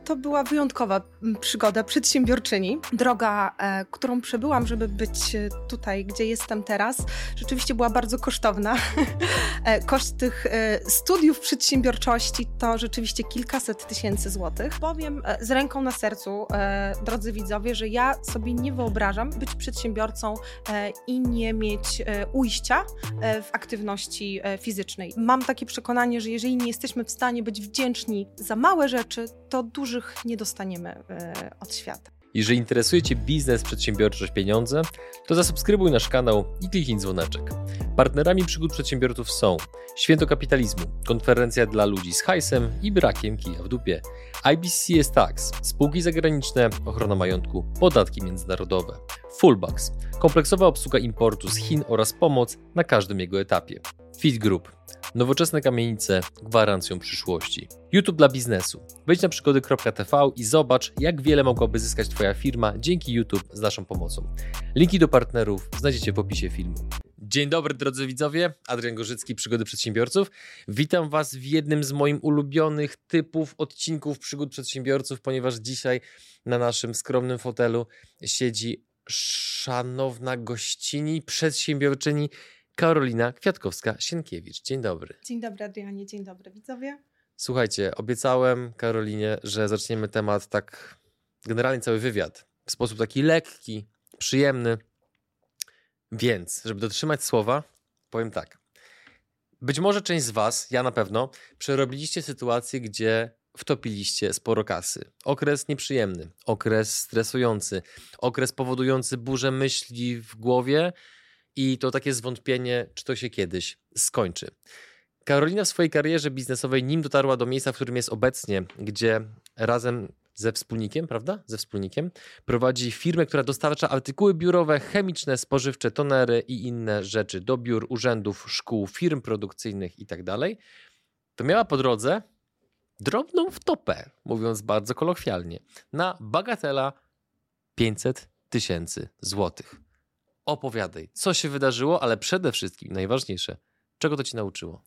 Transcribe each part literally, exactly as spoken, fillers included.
To była wyjątkowa przygoda przedsiębiorczyni. Droga, e, którą przebyłam, żeby być tutaj, gdzie jestem teraz, rzeczywiście była bardzo kosztowna. e, koszt tych e, studiów przedsiębiorczości to rzeczywiście kilkaset tysięcy złotych. Powiem e, z ręką na sercu, e, drodzy widzowie, że ja sobie nie wyobrażam być przedsiębiorcą e, i nie mieć e, ujścia e, w aktywności e, fizycznej. Mam takie przekonanie, że jeżeli nie jesteśmy w stanie być wdzięczni za małe rzeczy, to dużych nie dostaniemy e, od świata. Jeżeli interesuje Cię biznes, przedsiębiorczość, pieniądze, to zasubskrybuj nasz kanał i kliknij dzwoneczek. Partnerami przygód przedsiębiorców są Święto Kapitalizmu, konferencja dla ludzi z hajsem i brakiem kija w dupie, I B C S Tax, spółki zagraniczne, ochrona majątku, podatki międzynarodowe, Fullbucks, kompleksowa obsługa importu z Chin oraz pomoc na każdym jego etapie, Fit Group, nowoczesne kamienice gwarancją przyszłości. YouTube dla biznesu. Wejdź na przygody kropka t v i zobacz, jak wiele mogłaby zyskać Twoja firma dzięki YouTube z naszą pomocą. Linki do partnerów znajdziecie w opisie filmu. Dzień dobry drodzy widzowie, Adrian Gorzycki, Przygody Przedsiębiorców. Witam Was w jednym z moich ulubionych typów odcinków Przygód Przedsiębiorców, ponieważ dzisiaj na naszym skromnym fotelu siedzi szanowna gościni, przedsiębiorczyni Karolina Kwiatkowska-Sienkiewicz. Dzień dobry. Dzień dobry Adrianie, dzień dobry widzowie. Słuchajcie, obiecałem Karolinie, że zaczniemy temat tak, generalnie cały wywiad, w sposób taki lekki, przyjemny. Więc, żeby dotrzymać słowa, powiem tak. Być może część z Was, ja na pewno, przerobiliście sytuację, gdzie wtopiliście sporo kasy. Okres nieprzyjemny, okres stresujący, okres powodujący burzę myśli w głowie i to takie zwątpienie, czy to się kiedyś skończy. Karolina w swojej karierze biznesowej, nim dotarła do miejsca, w którym jest obecnie, gdzie razem ze wspólnikiem, prawda? Ze wspólnikiem prowadzi firmę, która dostarcza artykuły biurowe, chemiczne, spożywcze, tonery i inne rzeczy do biur, urzędów, szkół, firm produkcyjnych i tak dalej. To miała po drodze drobną wtopę, mówiąc bardzo kolokwialnie, na bagatela pięćset tysięcy złotych. Opowiadaj, co się wydarzyło, ale przede wszystkim, najważniejsze, czego to Ci nauczyło?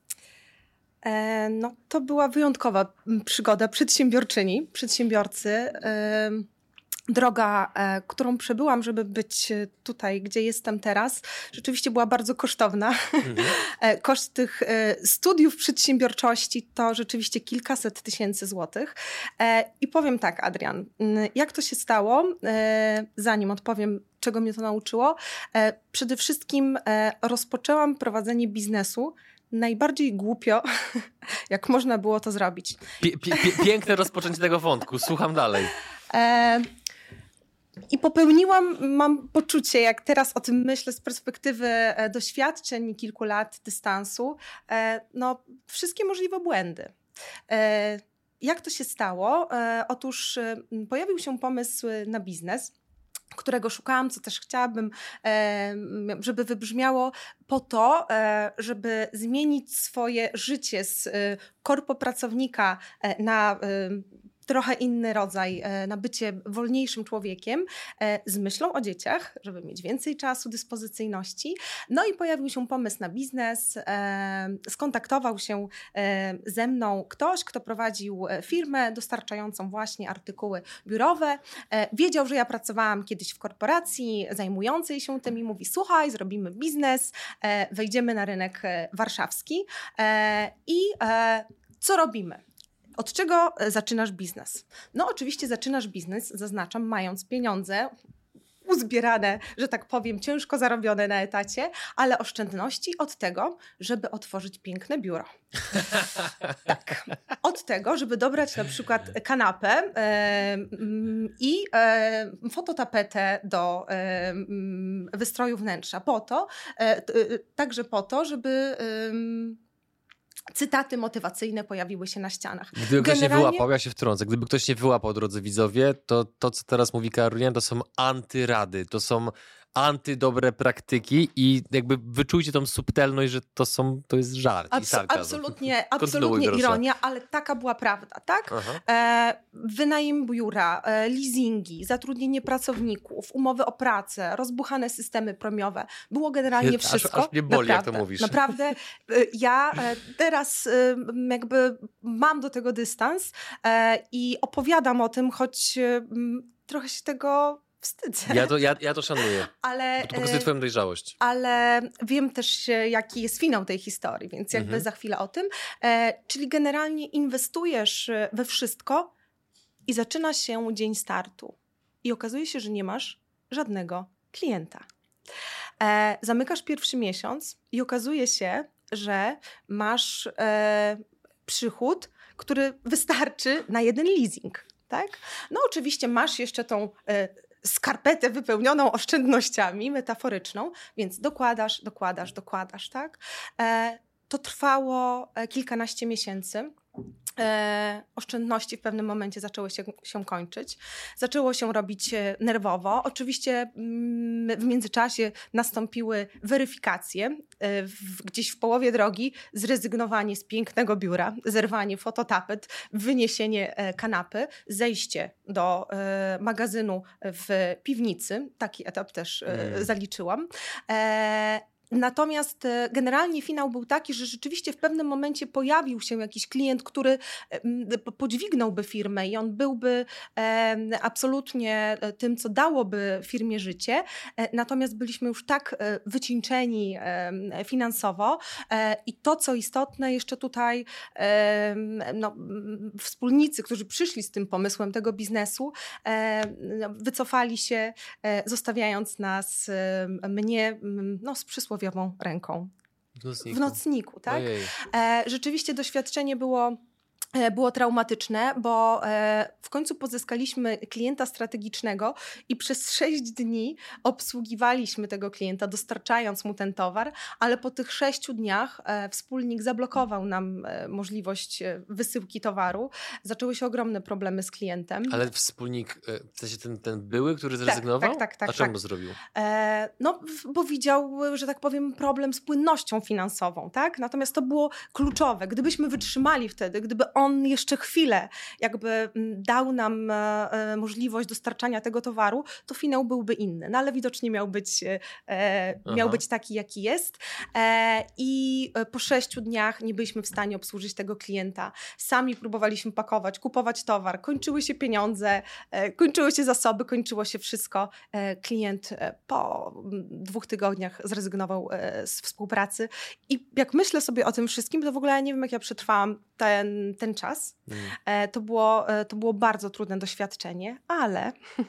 E, no, to była wyjątkowa przygoda przedsiębiorczyni, przedsiębiorcy. E, droga, e, którą przebyłam, żeby być tutaj, gdzie jestem teraz, rzeczywiście była bardzo kosztowna. Mhm. E, koszt tych e, studiów przedsiębiorczości to rzeczywiście kilkaset tysięcy złotych. E, I powiem tak, Adrian, jak to się stało, e, zanim odpowiem, czego mnie to nauczyło, e, przede wszystkim e, rozpoczęłam prowadzenie biznesu najbardziej głupio, jak można było to zrobić. Pie, pie, piękne rozpoczęcie tego wątku. Słucham dalej. E, I popełniłam, mam poczucie, jak teraz o tym myślę z perspektywy doświadczeń, kilku lat dystansu, e, no wszystkie możliwe błędy. E, jak to się stało? E, otóż e, pojawił się pomysł na biznes, którego szukałam, co też chciałabym, żeby wybrzmiało po to, żeby zmienić swoje życie z korpopracownika na trochę inny rodzaj, na bycie wolniejszym człowiekiem, z myślą o dzieciach, żeby mieć więcej czasu, dyspozycyjności. No i pojawił się pomysł na biznes, skontaktował się ze mną ktoś, kto prowadził firmę dostarczającą właśnie artykuły biurowe. Wiedział, że ja pracowałam kiedyś w korporacji zajmującej się tym i mówi: słuchaj, zrobimy biznes, wejdziemy na rynek warszawski i co robimy? Od czego zaczynasz biznes? No oczywiście zaczynasz biznes, zaznaczam, mając pieniądze uzbierane, że tak powiem, ciężko zarobione na etacie, ale oszczędności od tego, żeby otworzyć piękne biuro. Tak. Od tego, żeby dobrać na przykład kanapę e, i e, fototapetę do e, wystroju wnętrza. Po to, e, także po to, żeby... E, cytaty motywacyjne pojawiły się na ścianach. Gdyby Generalnie... ktoś nie wyłapał, ja się wtrącę, gdyby ktoś nie wyłapał, drodzy widzowie, to to, co teraz mówi Karolina, to są antyrady, to są antydobre praktyki i jakby wyczujcie tą subtelność, że to są, to jest żart Abs- i sarkazm. Absolutnie, absolutnie ironia, ale taka była prawda, tak? E, wynajem biura, e, leasingi, zatrudnienie pracowników, umowy o pracę, rozbuchane systemy premiowe. Było generalnie Je, wszystko. Aż, aż mnie boli, naprawdę, jak to mówisz. Naprawdę. E, ja e, teraz e, jakby mam do tego dystans e, i opowiadam o tym, choć e, trochę się tego wstydzę. Ja to, ja, ja to szanuję, ale, bo to pokazuje twoją dojrzałość. Ale wiem też, jaki jest finał tej historii, więc jakby mhm. za chwilę o tym. E, czyli generalnie inwestujesz we wszystko i zaczyna się dzień startu. I okazuje się, że nie masz żadnego klienta. E, zamykasz pierwszy miesiąc i okazuje się, że masz e, przychód, który wystarczy na jeden leasing. Tak? No oczywiście masz jeszcze tą e, skarpetę wypełnioną oszczędnościami, metaforyczną, więc dokładasz, dokładasz, dokładasz, tak? E, to trwało kilkanaście miesięcy. E, oszczędności w pewnym momencie zaczęły się, się kończyć. Zaczęło się robić nerwowo. Oczywiście mm, w międzyczasie nastąpiły weryfikacje. E, w, gdzieś w połowie drogi zrezygnowanie z pięknego biura, zerwanie fototapet, wyniesienie e, kanapy, zejście do e, magazynu w piwnicy. Taki etap też e, mm. zaliczyłam. E, Natomiast generalnie finał był taki, że rzeczywiście w pewnym momencie pojawił się jakiś klient, który podźwignąłby firmę i on byłby absolutnie tym, co dałoby firmie życie. Natomiast byliśmy już tak wycieńczeni finansowo i to, co istotne, jeszcze tutaj no, wspólnicy, którzy przyszli z tym pomysłem tego biznesu, wycofali się, zostawiając nas, mnie, no, z przysłowiową ręką. W nocniku. W nocniku, tak? E, rzeczywiście doświadczenie było było traumatyczne, bo w końcu pozyskaliśmy klienta strategicznego i przez sześć dni obsługiwaliśmy tego klienta, dostarczając mu ten towar, ale po tych sześciu dniach wspólnik zablokował nam możliwość wysyłki towaru. Zaczęły się ogromne problemy z klientem. Ale wspólnik, w sensie ten, ten były, który zrezygnował? Tak, tak, tak. A czemu tak. zrobił? E, no, bo widział, że tak powiem, problem z płynnością finansową, tak? Natomiast to było kluczowe. Gdybyśmy wytrzymali wtedy, gdyby on on jeszcze chwilę jakby dał nam e, możliwość dostarczania tego towaru, to finał byłby inny. No ale widocznie miał być, e, miał być taki, jaki jest. E, I po sześciu dniach nie byliśmy w stanie obsłużyć tego klienta. Sami próbowaliśmy pakować, kupować towar. Kończyły się pieniądze, e, kończyły się zasoby, kończyło się wszystko. E, klient e, po dwóch tygodniach zrezygnował e, z współpracy. I jak myślę sobie o tym wszystkim, to w ogóle ja nie wiem, jak ja przetrwałam ten, ten czas. Mm. E, to, było, e, to było bardzo trudne doświadczenie, ale...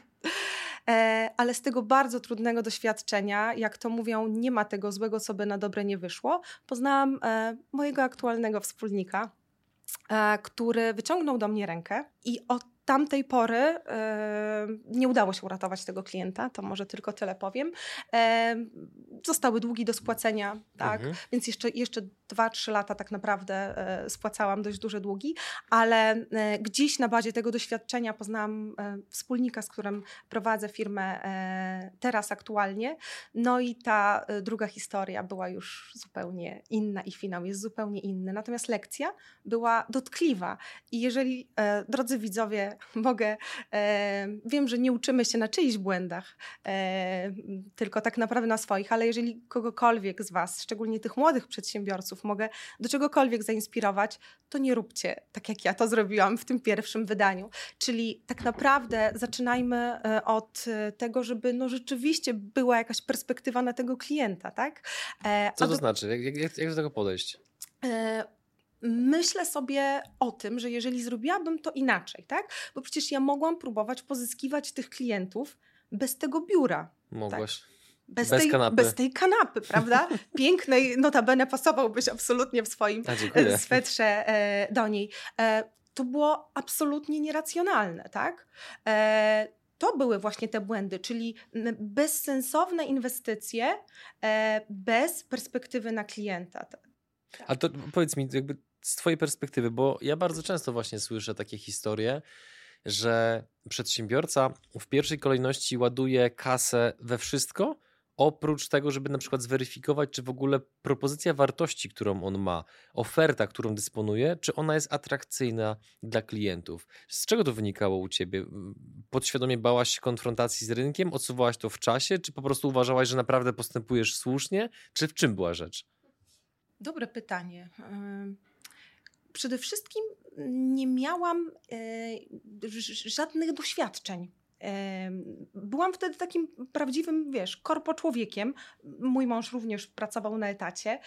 E, ale z tego bardzo trudnego doświadczenia, jak to mówią, nie ma tego złego, co by na dobre nie wyszło, poznałam e, mojego aktualnego wspólnika, e, który wyciągnął do mnie rękę i od tamtej pory e, nie udało się uratować tego klienta, to może tylko tyle powiem. E, zostały długi do spłacenia, tak, mhm. więc jeszcze, jeszcze dwa, trzy lata tak naprawdę e, spłacałam dość duże długi, ale e, gdzieś na bazie tego doświadczenia poznałam e, wspólnika, z którym prowadzę firmę e, teraz aktualnie, no i ta e, druga historia była już zupełnie inna i finał jest zupełnie inny, natomiast lekcja była dotkliwa i jeżeli, e, drodzy widzowie, mogę, e, wiem, że nie uczymy się na czyichś błędach, e, tylko tak naprawdę na swoich, ale jeżeli kogokolwiek z was, szczególnie tych młodych przedsiębiorców, mogę do czegokolwiek zainspirować, to nie róbcie tak, jak ja to zrobiłam w tym pierwszym wydaniu. Czyli tak naprawdę zaczynajmy od tego, żeby no rzeczywiście była jakaś perspektywa na tego klienta, tak? E, Co to do... znaczy? Jak, jak, jak do tego podejść? E, Myślę sobie o tym, że jeżeli zrobiłabym to inaczej, tak? Bo przecież ja mogłam próbować pozyskiwać tych klientów bez tego biura. Mogłaś. Tak? Bez, bez tej, kanapy. Bez tej kanapy, prawda? Pięknej, notabene pasowałbyś absolutnie w swoim A, swetrze e, do niej. E, to było absolutnie nieracjonalne, tak? E, To były właśnie te błędy, czyli bezsensowne inwestycje e, bez perspektywy na klienta. A to powiedz mi, jakby z twojej perspektywy, bo ja bardzo często właśnie słyszę takie historie, że przedsiębiorca w pierwszej kolejności ładuje kasę we wszystko, oprócz tego, żeby na przykład zweryfikować, czy w ogóle propozycja wartości, którą on ma, oferta, którą dysponuje, czy ona jest atrakcyjna dla klientów. Z czego to wynikało u ciebie? Podświadomie bałaś się konfrontacji z rynkiem, odsuwałaś to w czasie, czy po prostu uważałaś, że naprawdę postępujesz słusznie, czy w czym była rzecz? Dobre pytanie. Przede wszystkim nie miałam żadnych doświadczeń. Byłam wtedy takim prawdziwym, wiesz, korpo człowiekiem. Mój mąż również pracował na etacie.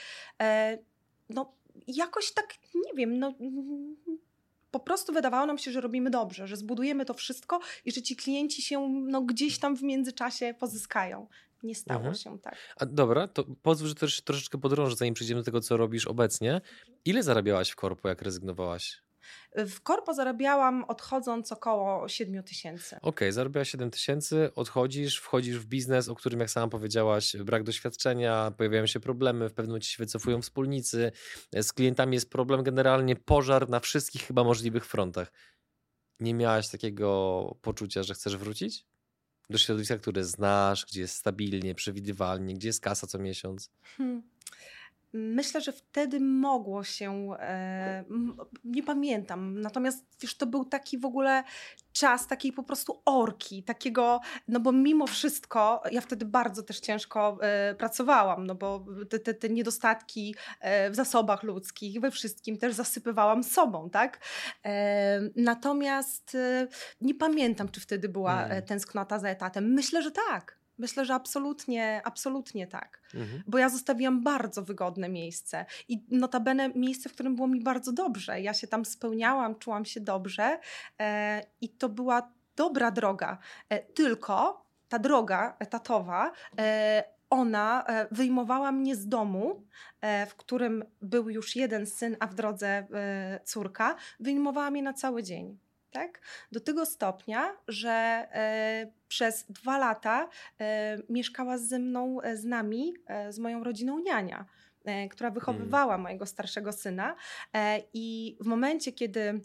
No jakoś tak, nie wiem, no po prostu wydawało nam się, że robimy dobrze, że zbudujemy to wszystko i że ci klienci się no, gdzieś tam w międzyczasie pozyskają. Nie stało mhm. się tak. A dobra, to pozwól, że też troszeczkę podrążę, zanim przejdziemy do tego, co robisz obecnie. Ile zarabiałaś w korpo, jak rezygnowałaś? W korpo zarabiałam odchodząc około siedem tysięcy. Okej, okay, zarabiałaś siedem tysięcy, odchodzisz, wchodzisz w biznes, o którym jak sama powiedziałaś, brak doświadczenia, pojawiają się problemy, w pewnym momencie się wycofują wspólnicy, z klientami jest problem, generalnie pożar na wszystkich chyba możliwych frontach. Nie miałaś takiego poczucia, że chcesz wrócić do środowiska, które znasz, gdzie jest stabilnie, przewidywalnie, gdzie jest kasa co miesiąc? Hmm. Myślę, że wtedy mogło się, e, nie pamiętam, natomiast wiesz, to był taki w ogóle czas takiej po prostu orki, takiego, no bo mimo wszystko, ja wtedy bardzo też ciężko e, pracowałam, no bo te, te, te niedostatki e, w zasobach ludzkich, we wszystkim też zasypywałam sobą, tak? E, natomiast e, nie pamiętam, czy wtedy była hmm. tęsknota za etatem. Myślę, że tak. Myślę, że absolutnie, absolutnie tak. Mhm. Bo ja zostawiłam bardzo wygodne miejsce i notabene miejsce, w którym było mi bardzo dobrze. Ja się tam spełniałam, czułam się dobrze e, i to była dobra droga. E, tylko ta droga etatowa, e, ona e, wyjmowała mnie z domu, e, w którym był już jeden syn, a w drodze e, córka. Wyjmowała mnie na cały dzień. Tak? Do tego stopnia, że e, przez dwa lata e, mieszkała ze mną, e, z nami, e, z moją rodziną niania, e, która wychowywała hmm. mojego starszego syna e, i w momencie, kiedy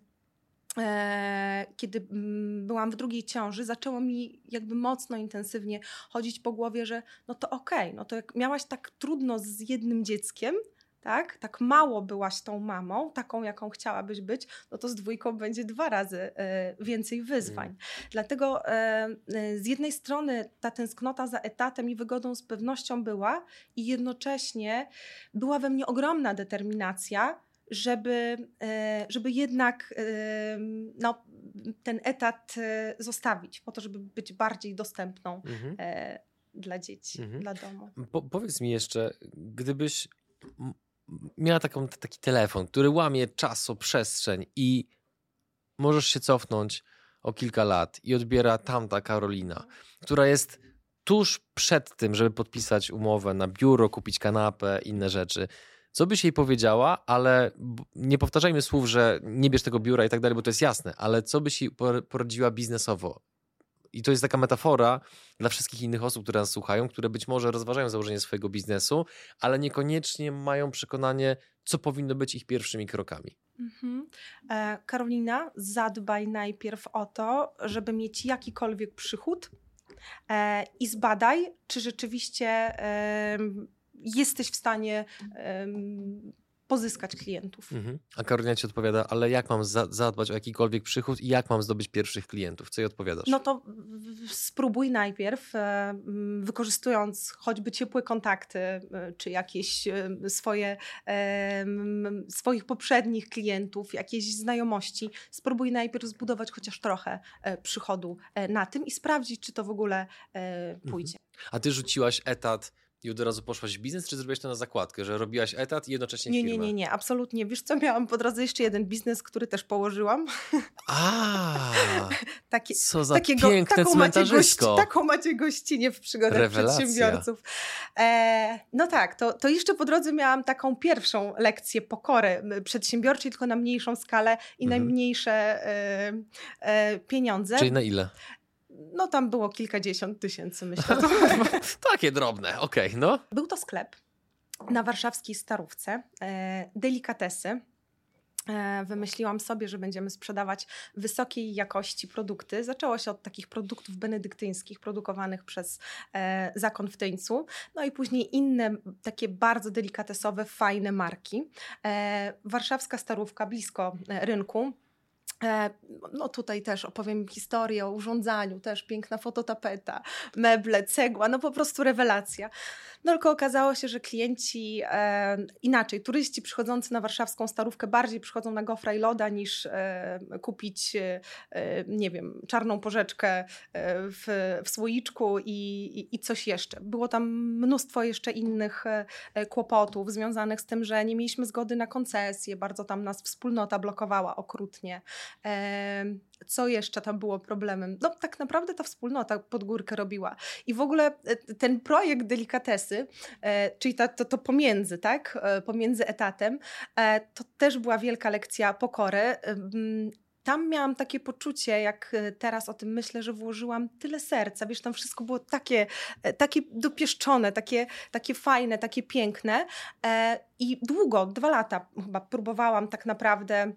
E, kiedy mm, byłam w drugiej ciąży, zaczęło mi jakby mocno, intensywnie chodzić po głowie, że no to okej, okay, no to jak miałaś tak trudno z jednym dzieckiem, tak, tak mało byłaś tą mamą, taką jaką chciałabyś być, no to z dwójką będzie dwa razy e, więcej wyzwań. Mm. Dlatego e, z jednej strony ta tęsknota za etatem i wygodą z pewnością była i jednocześnie była we mnie ogromna determinacja, żeby, e, żeby jednak e, no, ten etat e, zostawić, po to, żeby być bardziej dostępną mm-hmm. e, dla dzieci, mm-hmm. dla domu. Po, powiedz mi jeszcze, gdybyś miała taką, taki telefon, który łamie czasoprzestrzeń i możesz się cofnąć o kilka lat i odbiera tamta Karolina, która jest tuż przed tym, żeby podpisać umowę na biuro, kupić kanapę, inne rzeczy. Co byś jej powiedziała, ale nie powtarzajmy słów, że nie bierz tego biura i tak dalej, bo to jest jasne, ale co byś jej poradziła biznesowo? I to jest taka metafora dla wszystkich innych osób, które nas słuchają, które być może rozważają założenie swojego biznesu, ale niekoniecznie mają przekonanie, co powinno być ich pierwszymi krokami. Mhm. E, Karolina, zadbaj najpierw o to, żeby mieć jakikolwiek przychód e, i zbadaj, czy rzeczywiście e, jesteś w stanie e, pozyskać klientów. Mhm. A Karolina ci odpowiada, ale jak mam za- zadbać o jakikolwiek przychód i jak mam zdobyć pierwszych klientów? Co jej odpowiadasz? No to spróbuj najpierw, e, wykorzystując choćby ciepłe kontakty, e, czy jakieś e, swoje, e, swoich poprzednich klientów, jakieś znajomości, spróbuj najpierw zbudować chociaż trochę e, przychodu e, na tym i sprawdzić, czy to w ogóle e, pójdzie. Mhm. A ty rzuciłaś etat i od razu poszłaś w biznes, czy zrobiłaś to na zakładkę, że robiłaś etat i jednocześnie nie, firmę? Nie, nie, nie, absolutnie. Wiesz co, miałam po drodze jeszcze jeden biznes, który też położyłam. A, Takie, co za takiego, piękne taką cmentarzysko. Macie gości, taką macie gościnę w przygodach Rewelacja. Przedsiębiorców. E, no tak, to, to jeszcze po drodze miałam taką pierwszą lekcję pokory przedsiębiorczej, tylko na mniejszą skalę i mhm. najmniejsze e, e, pieniądze. Czyli na ile? No tam było kilkadziesiąt tysięcy, myślę. Takie drobne, okej, okay, no. Był to sklep na warszawskiej Starówce, e, delikatesy. Wymyśliłam sobie, że będziemy sprzedawać wysokiej jakości produkty. Zaczęło się od takich produktów benedyktyńskich, produkowanych przez e, Zakon w Tyńcu, no i później inne takie bardzo delikatesowe, fajne marki. E, warszawska Starówka, blisko rynku. No tutaj też opowiem historię o urządzaniu, też piękna fototapeta, meble, cegła, no po prostu rewelacja. No tylko okazało się, że klienci e, inaczej, turyści przychodzący na warszawską Starówkę bardziej przychodzą na gofra i loda niż e, kupić, e, nie wiem, czarną porzeczkę e, w, w słoiczku i, i, i coś jeszcze. Było tam mnóstwo jeszcze innych e, kłopotów związanych z tym, że nie mieliśmy zgody na koncesję, bardzo tam nas wspólnota blokowała okrutnie. Co jeszcze tam było problemem? No tak naprawdę ta wspólnota pod górkę robiła. I w ogóle ten projekt delikatesy, czyli to, to, to pomiędzy, tak? Pomiędzy etatem, to też była wielka lekcja pokory. Tam miałam takie poczucie, jak teraz o tym myślę, że włożyłam tyle serca. Wiesz, tam wszystko było takie, takie dopieszczone, takie, takie fajne, takie piękne. I długo, dwa lata chyba próbowałam tak naprawdę,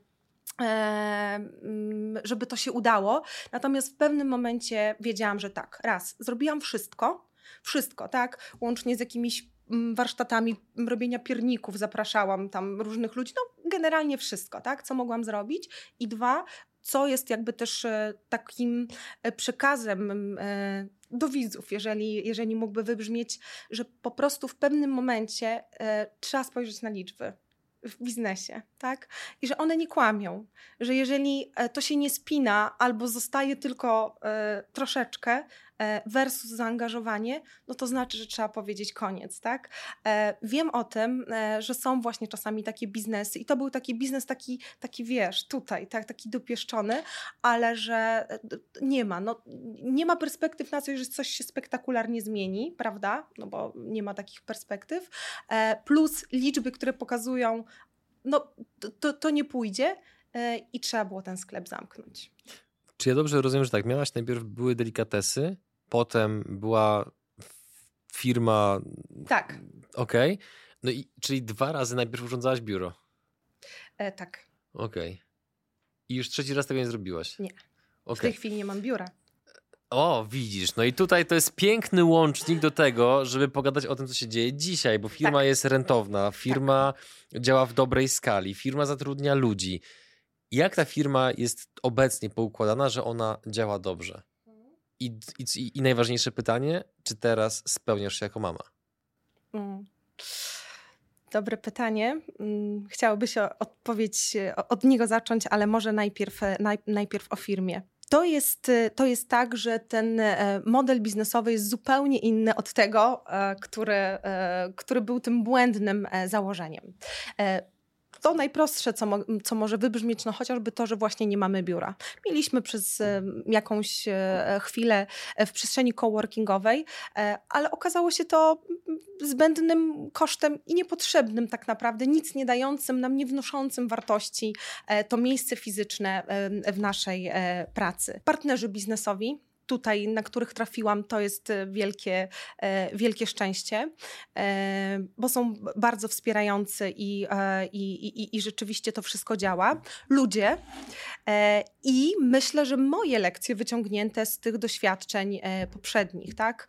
żeby to się udało. Natomiast w pewnym momencie wiedziałam, że tak, raz, zrobiłam wszystko, wszystko, tak, łącznie z jakimiś warsztatami robienia pierników, zapraszałam tam różnych ludzi, no generalnie wszystko, tak, co mogłam zrobić. I dwa, co jest jakby też takim przekazem do widzów, jeżeli, jeżeli mógłby wybrzmieć, że po prostu w pewnym momencie trzeba spojrzeć na liczby w biznesie, tak? I że one nie kłamią, że jeżeli to się nie spina albo zostaje tylko e, troszeczkę e, versus zaangażowanie, no to znaczy, że trzeba powiedzieć koniec, tak? E, wiem o tym, e, że są właśnie czasami takie biznesy i to był taki biznes taki, taki wiesz, tutaj, tak, taki dopieszczony, ale że nie ma, no, nie ma perspektyw na coś, że coś się spektakularnie zmieni, prawda? No bo nie ma takich perspektyw. E, plus liczby, które pokazują, no to, to nie pójdzie e, i trzeba było ten sklep zamknąć. Czy ja dobrze rozumiem, że tak, miałaś najpierw były delikatesy, potem była firma... Tak. Okej. Okay. No i czyli dwa razy najpierw urządzałaś biuro? E, tak. Okej. Okay. I już trzeci raz tego nie zrobiłaś? Nie. Okay. W tej chwili nie mam biura. O, widzisz, no i tutaj to jest piękny łącznik do tego, żeby pogadać o tym, co się dzieje dzisiaj, bo firma tak. jest rentowna, firma tak. działa w dobrej skali, firma zatrudnia ludzi. Jak ta firma jest obecnie poukładana, że ona działa dobrze? I, i, i najważniejsze pytanie, czy teraz spełniasz się jako mama? Mm. Dobre pytanie. Chciałoby się odpowiedź od niego zacząć, ale może najpierw, naj, najpierw o firmie. To jest, to jest tak, że ten model biznesowy jest zupełnie inny od tego, który, który był tym błędnym założeniem. To najprostsze, co, mo- co może wybrzmieć, no chociażby to, że właśnie nie mamy biura. Mieliśmy przez e, jakąś e, chwilę w przestrzeni coworkingowej, e, ale okazało się to zbędnym kosztem i niepotrzebnym tak naprawdę, nic nie dającym nam, nie wnoszącym wartości e, to miejsce fizyczne e, w naszej e, pracy. Partnerzy biznesowi, tutaj, na których trafiłam, to jest wielkie, wielkie szczęście, bo są bardzo wspierający i, i, i, i rzeczywiście to wszystko działa. Ludzie i myślę, że moje lekcje wyciągnięte z tych doświadczeń poprzednich, tak?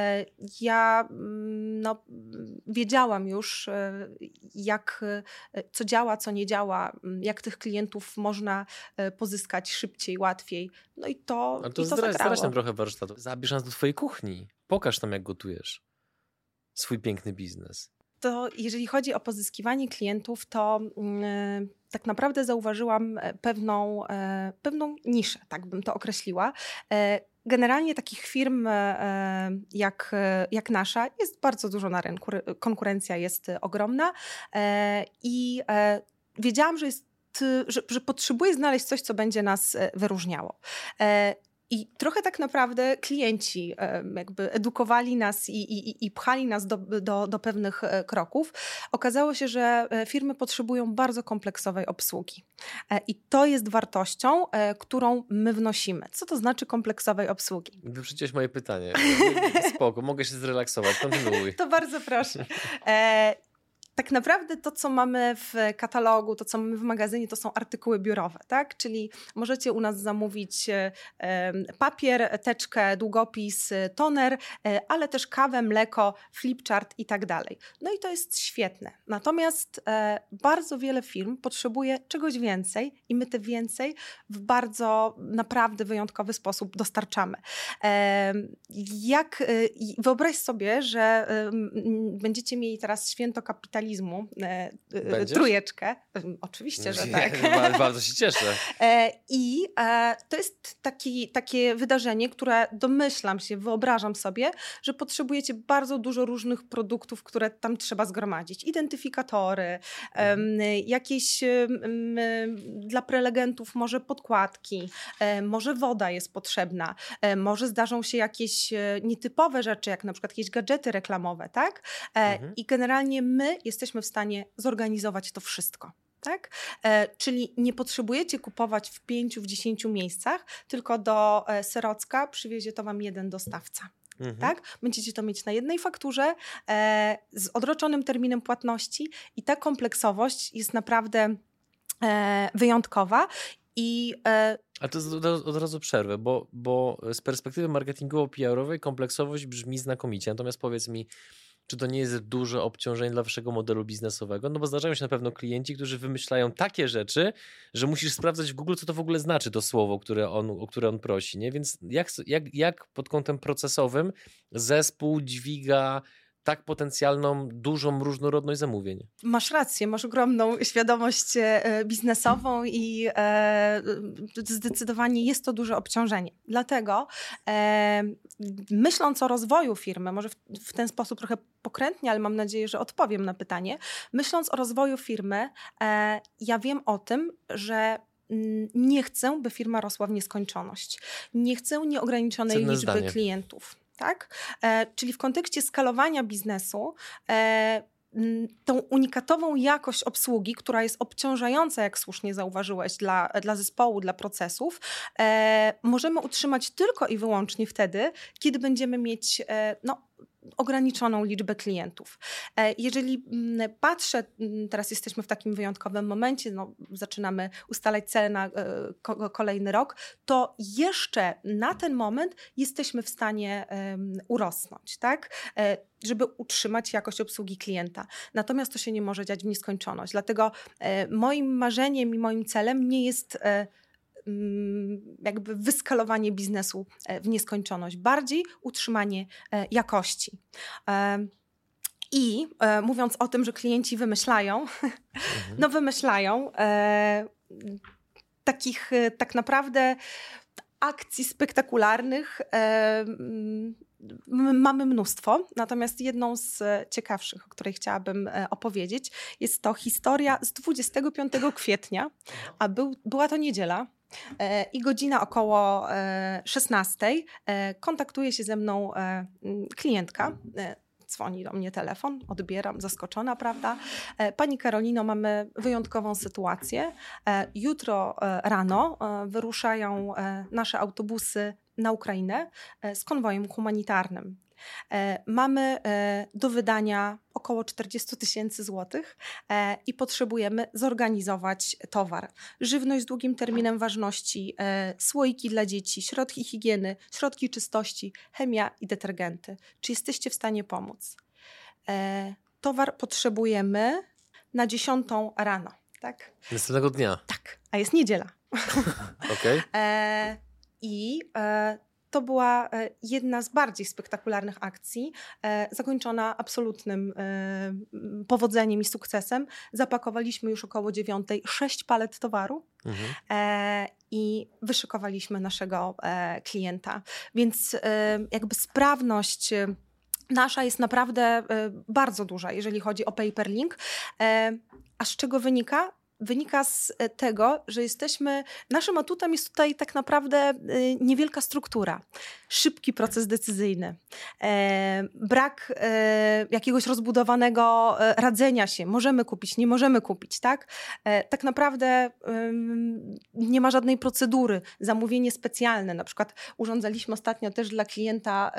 Ja no, wiedziałam już, jak, co działa, co nie działa, jak tych klientów można pozyskać szybciej, łatwiej. No i to, Ale to, i to zdra- zagrało. Tam trochę warsztatu. Zabierz nas do twojej kuchni. Pokaż nam, jak gotujesz swój piękny biznes. To jeżeli chodzi o pozyskiwanie klientów, to yy, tak naprawdę zauważyłam pewną, yy, pewną niszę, tak bym to określiła. Yy, Generalnie takich firm yy, jak, jak nasza jest bardzo dużo na rynku. Konkurencja jest ogromna yy, i yy, wiedziałam, że jest Że, że potrzebuję znaleźć coś, co będzie nas wyróżniało. I trochę tak naprawdę klienci jakby edukowali nas i, i, i pchali nas do, do, do pewnych kroków. Okazało się, że firmy potrzebują bardzo kompleksowej obsługi. I to jest wartością, którą my wnosimy. Co to znaczy kompleksowej obsługi? Wyprzedziłeś moje pytanie. Spoko, mogę się zrelaksować. Kontynuuj. To bardzo proszę. tak naprawdę to, co mamy w katalogu, to, co mamy w magazynie, to są artykuły biurowe, tak? Czyli możecie u nas zamówić e, papier, teczkę, długopis, toner, e, ale też kawę, mleko, flipchart i tak dalej. No i to jest świetne. Natomiast e, bardzo wiele firm potrzebuje czegoś więcej i my te więcej w bardzo naprawdę wyjątkowy sposób dostarczamy. E, jak, e, wyobraź sobie, że e, będziecie mieli teraz święto kapitalizmu, e, e, trójeczkę. Oczywiście, że tak. bardzo, bardzo się cieszę. E, I e, to jest taki, takie wydarzenie, które domyślam się, wyobrażam sobie, że potrzebujecie bardzo dużo różnych produktów, które tam trzeba zgromadzić. Identyfikatory, mhm. jakieś dla prelegentów może podkładki, może woda jest potrzebna, może zdarzą się jakieś nietypowe rzeczy, jak na przykład jakieś gadżety reklamowe, tak? Mhm. I generalnie my jesteśmy w stanie zorganizować to wszystko. Tak? E, czyli nie potrzebujecie kupować w pięciu, w dziesięciu miejscach, tylko do e, Serocka przywiezie to wam jeden dostawca. Mhm. Tak? Będziecie to mieć na jednej fakturze e, z odroczonym terminem płatności i ta kompleksowość jest naprawdę e, wyjątkowa. I, e... A to od, od razu przerwę, bo, bo z perspektywy marketingowo-P R-owej kompleksowość brzmi znakomicie, natomiast powiedz mi, czy to nie jest duże obciążenie dla waszego modelu biznesowego? No bo zdarzają się na pewno klienci, którzy wymyślają takie rzeczy, że musisz sprawdzać w Google, co to w ogóle znaczy to słowo, które on, o które on prosi, nie? Więc jak, jak, jak pod kątem procesowym zespół dźwiga tak potencjalną, dużą różnorodność zamówień? Masz rację, masz ogromną świadomość biznesową i e, zdecydowanie jest to duże obciążenie. Dlatego e, myśląc o rozwoju firmy, może w, w ten sposób trochę pokrętnie, ale mam nadzieję, że odpowiem na pytanie. Myśląc o rozwoju firmy, e, ja wiem o tym, że nie chcę, by firma rosła w nieskończoność. Nie chcę nieograniczonej Cenne liczby zdanie. klientów. Tak? E, czyli w kontekście skalowania biznesu e, tą unikatową jakość obsługi, która jest obciążająca, jak słusznie zauważyłeś, dla, dla zespołu, dla procesów, e, możemy utrzymać tylko i wyłącznie wtedy, kiedy będziemy mieć e, no, ograniczoną liczbę klientów. Jeżeli patrzę, teraz jesteśmy w takim wyjątkowym momencie, no, zaczynamy ustalać cele na kolejny rok, to jeszcze na ten moment jesteśmy w stanie um, urosnąć, tak? Żeby utrzymać jakość obsługi klienta. Natomiast to się nie może dziać w nieskończoność. Dlatego e, moim marzeniem i moim celem nie jest e, jakby wyskalowanie biznesu w nieskończoność, bardziej utrzymanie jakości. I mówiąc o tym, że klienci wymyślają, mhm. no wymyślają takich tak naprawdę akcji spektakularnych mamy mnóstwo, natomiast jedną z ciekawszych, o której chciałabym opowiedzieć, jest to historia z dwudziestego piątego kwietnia, a był, była to niedziela. I godzina około szesnastej kontaktuje się ze mną klientka. Dzwoni do mnie telefon, odbieram, zaskoczona, prawda? Pani Karolino, mamy wyjątkową sytuację. Jutro rano wyruszają nasze autobusy na Ukrainę z konwojem humanitarnym. Mamy do wydania około czterdzieści tysięcy złotych i potrzebujemy zorganizować towar. Żywność z długim terminem ważności, słoiki dla dzieci, środki higieny, środki czystości, chemia i detergenty. Czy jesteście w stanie pomóc? Towar potrzebujemy na dziesiątą rano. Tak? Następnego dnia? Tak, a jest niedziela. Okej. Okay. I to była jedna z bardziej spektakularnych akcji, zakończona absolutnym powodzeniem i sukcesem. Zapakowaliśmy już około dziewiątej sześć palet towaru mhm. i wyszykowaliśmy naszego klienta. Więc jakby sprawność nasza jest naprawdę bardzo duża, jeżeli chodzi o Paperlink. A z czego wynika? wynika z tego, że jesteśmy, naszym atutem jest tutaj tak naprawdę niewielka struktura, szybki proces decyzyjny, brak jakiegoś rozbudowanego radzenia się, możemy kupić, nie możemy kupić, tak? Tak naprawdę nie ma żadnej procedury, zamówienie specjalne, na przykład urządzaliśmy ostatnio też dla klienta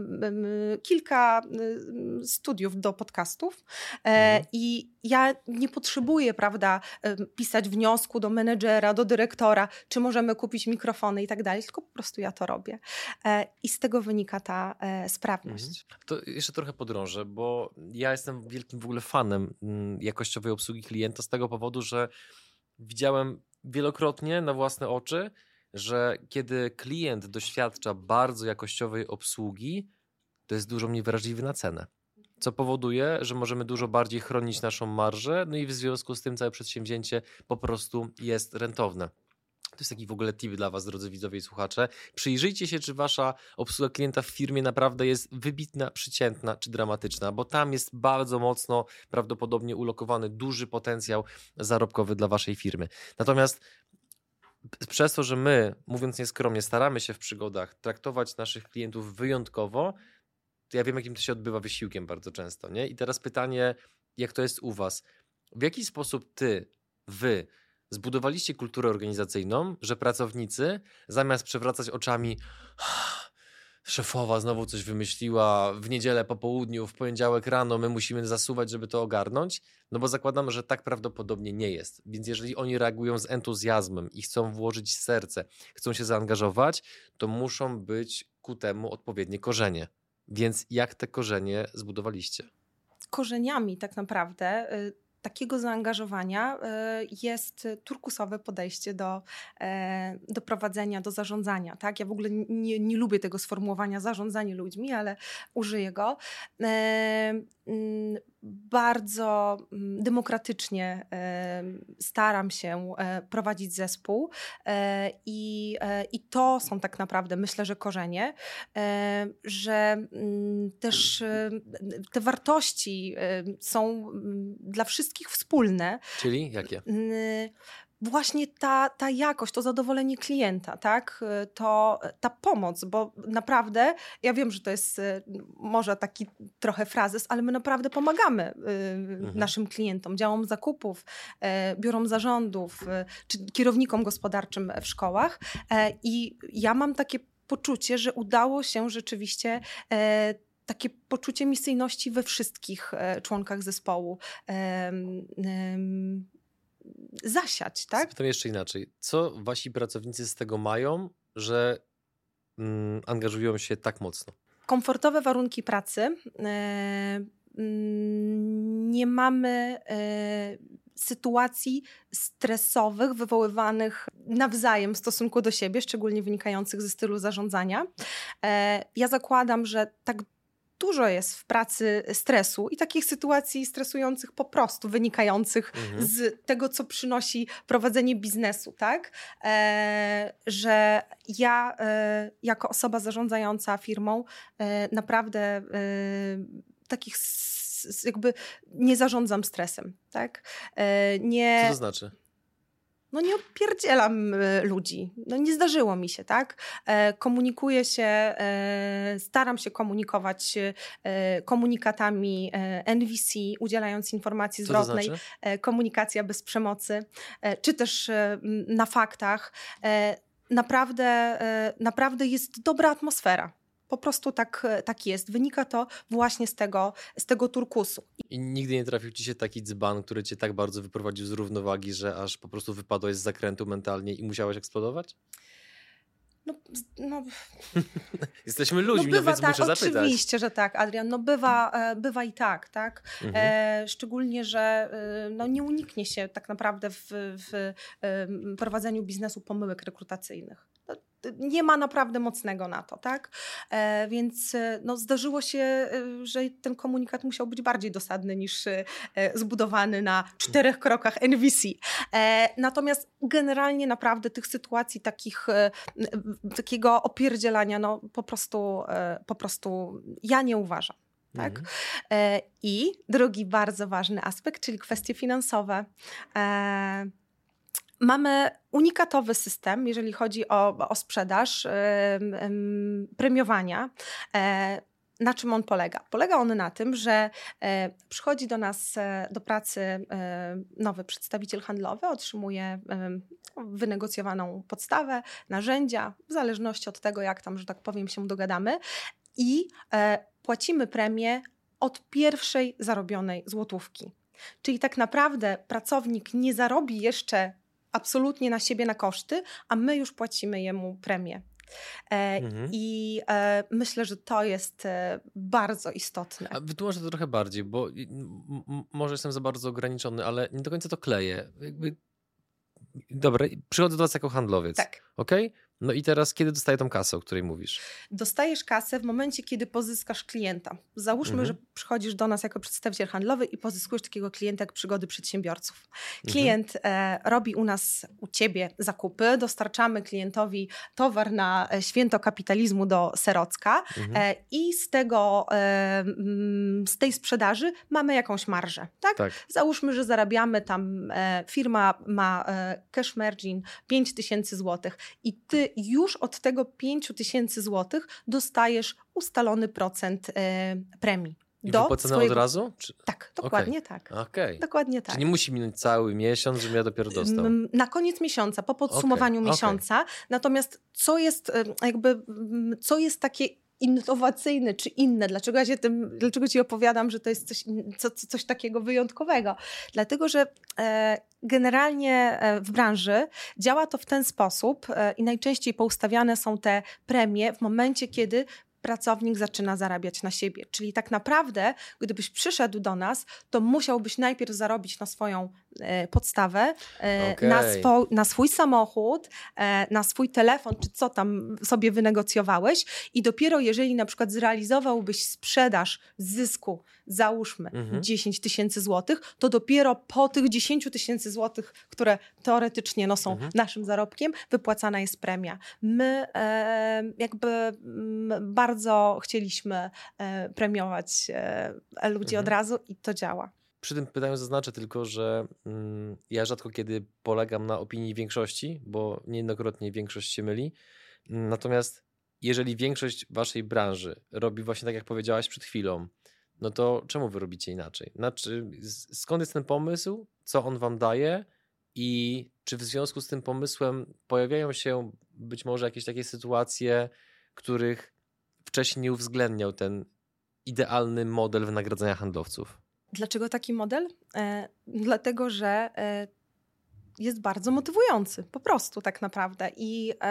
kilka studiów do podcastów mhm. i ja nie potrzebuję, prawda, pisać wniosku do menedżera, do dyrektora, czy możemy kupić mikrofony i tak dalej, tylko po prostu ja to robię. I z tego wynika ta sprawność. Mhm. To jeszcze trochę podrążę, bo ja jestem wielkim w ogóle fanem jakościowej obsługi klienta z tego powodu, że widziałem wielokrotnie na własne oczy, że kiedy klient doświadcza bardzo jakościowej obsługi, to jest dużo mniej wrażliwy na cenę. Co powoduje, że możemy dużo bardziej chronić naszą marżę, no i w związku z tym całe przedsięwzięcie po prostu jest rentowne. To jest taki w ogóle tip dla was, drodzy widzowie i słuchacze. Przyjrzyjcie się, czy wasza obsługa klienta w firmie naprawdę jest wybitna, przeciętna czy dramatyczna, bo tam jest bardzo mocno prawdopodobnie ulokowany duży potencjał zarobkowy dla waszej firmy. Natomiast przez to, że my, mówiąc nieskromnie, staramy się w przygodach traktować naszych klientów wyjątkowo, to ja wiem, jakim to się odbywa wysiłkiem bardzo często, nie? I teraz pytanie, jak to jest u was? W jaki sposób ty, wy zbudowaliście kulturę organizacyjną, że pracownicy zamiast przewracać oczami szefowa znowu coś wymyśliła, w niedzielę po południu, w poniedziałek rano my musimy zasuwać, żeby to ogarnąć, no bo zakładam, że tak prawdopodobnie nie jest. Więc jeżeli oni reagują z entuzjazmem i chcą włożyć serce, chcą się zaangażować, to muszą być ku temu odpowiednie korzenie. Więc jak te korzenie zbudowaliście? Korzeniami tak naprawdę y- takiego zaangażowania jest turkusowe podejście do, do prowadzenia, do zarządzania. Tak? Ja w ogóle nie, nie lubię tego sformułowania zarządzanie ludźmi, ale użyję go. Bardzo demokratycznie staram się prowadzić zespół i, i to są tak naprawdę, myślę, że korzenie, że też te wartości są dla wszystkich wspólne. Czyli jakie? Właśnie ta, ta jakość, to zadowolenie klienta, tak? To ta pomoc, bo naprawdę, ja wiem, że to jest może taki trochę frazes, ale my naprawdę pomagamy mhm. naszym klientom, działom zakupów, biurom zarządów, czy kierownikom gospodarczym w szkołach i ja mam takie poczucie, że udało się rzeczywiście takie poczucie misyjności we wszystkich członkach zespołu zasiać, tak? Spytam jeszcze inaczej. Co wasi pracownicy z tego mają, że mm, angażują się tak mocno? Komfortowe warunki pracy. Nie mamy sytuacji stresowych wywoływanych nawzajem w stosunku do siebie, szczególnie wynikających ze stylu zarządzania. Ja zakładam, że tak dużo jest w pracy stresu i takich sytuacji stresujących po prostu, wynikających mhm. z tego, co przynosi prowadzenie biznesu, tak? E, że ja e, jako osoba zarządzająca firmą e, naprawdę e, takich s, jakby nie zarządzam stresem, tak? E, nie... Co to znaczy? No nie odpierdzielam ludzi. No nie zdarzyło mi się, tak? E, komunikuję się, e, staram się komunikować e, komunikatami e, N V C, udzielając informacji zwrotnej. Co to znaczy? e, komunikacja bez przemocy, e, czy też e, na faktach. E, naprawdę, e, naprawdę jest dobra atmosfera. Po prostu tak, tak jest. Wynika to właśnie z tego, z tego turkusu. I nigdy nie trafił ci się taki dzban, który cię tak bardzo wyprowadził z równowagi, że aż po prostu wypadłeś z zakrętu mentalnie i musiałeś eksplodować? No, no, Jesteśmy ludźmi, no, no więc tak, muszę zapytać. Oczywiście, że tak, Adrian. No bywa, bywa i tak, tak. Mhm. E, szczególnie, że no, nie uniknie się tak naprawdę w, w prowadzeniu biznesu pomyłek rekrutacyjnych. Nie ma naprawdę mocnego na to, tak? E, więc no, zdarzyło się, że ten komunikat musiał być bardziej dosadny niż e, zbudowany na czterech krokach N V C. E, natomiast generalnie naprawdę tych sytuacji takich, e, takiego opierdzielania, no po prostu, e, po prostu ja nie uważam. Tak? Mhm. E, I drugi bardzo ważny aspekt, czyli kwestie finansowe. E, Mamy unikatowy system, jeżeli chodzi o, o sprzedaż, ym, ym, premiowania. E, na czym on polega? Polega on na tym, że e, przychodzi do nas e, do pracy e, nowy przedstawiciel handlowy, otrzymuje e, wynegocjowaną podstawę, narzędzia, w zależności od tego, jak tam, że tak powiem, się dogadamy i e, płacimy premię od pierwszej zarobionej złotówki. Czyli tak naprawdę pracownik nie zarobi jeszcze absolutnie na siebie, na koszty, a my już płacimy jemu premię. E, Mhm. I e, myślę, że to jest e, bardzo istotne. A wytłumaczę to trochę bardziej, bo m- m- może jestem za bardzo ograniczony, ale nie do końca to kleję. Jakby... Dobra, przychodzę do was jako handlowiec. Tak. Okej? No i teraz kiedy dostaję tą kasę, o której mówisz? Dostajesz kasę w momencie, kiedy pozyskasz klienta. Załóżmy, Mhm. że przychodzisz do nas jako przedstawiciel handlowy i pozyskujesz takiego klienta jak Przygody Przedsiębiorców. Mhm. Klient e, robi u nas, u ciebie zakupy, dostarczamy klientowi towar na e, święto kapitalizmu do Serocka Mhm. e, i z tego, e, mm, z tej sprzedaży mamy jakąś marżę. Tak? Tak. Załóżmy, że zarabiamy tam, e, firma ma e, cash margin pięć tysięcy złotych i ty już od tego pięć tysięcy złotych dostajesz ustalony procent e, premii. I do wypłacone swojego... od razu? Czy... Tak, dokładnie tak. Okej. Dokładnie tak. Czyli nie musi minąć cały miesiąc, żebym ja dopiero dostał. M, Na koniec miesiąca, po podsumowaniu Okej, miesiąca. Natomiast co jest em, jakby, m, co jest takie innowacyjne czy inne? Dlaczego ja się tym, dlaczego ci opowiadam, że to jest coś, in- co, co- coś takiego wyjątkowego? Dlatego, że e, generalnie e, w branży działa to w ten sposób e, i najczęściej poustawiane są te premie w momencie, kiedy pracownik zaczyna zarabiać na siebie. Czyli tak naprawdę, gdybyś przyszedł do nas, to musiałbyś najpierw zarobić na swoją e, podstawę, e, Okej. na, swo, na swój samochód, e, na swój telefon, czy co tam sobie wynegocjowałeś i dopiero jeżeli na przykład zrealizowałbyś sprzedaż zysku, załóżmy Mhm. dziesięć tysięcy złotych, to dopiero po tych dziesięć tysięcy złotych, które teoretycznie no, są Mhm. naszym zarobkiem, wypłacana jest premia. My e, jakby m, bardzo chcieliśmy e, premiować e, ludzi Mhm. od razu i to działa. Przy tym pytaniu zaznaczę tylko, że mm, ja rzadko kiedy polegam na opinii większości, bo niejednokrotnie większość się myli. Mm, Natomiast jeżeli większość waszej branży robi właśnie tak, jak powiedziałaś przed chwilą, no to czemu wy robicie inaczej? Znaczy, z- skąd jest ten pomysł? Co on wam daje? I czy w związku z tym pomysłem pojawiają się być może jakieś takie sytuacje, których wcześniej nie uwzględniał ten idealny model wynagradzania handlowców? Dlaczego taki model? E, dlatego, że e, jest bardzo motywujący, po prostu tak naprawdę. I e,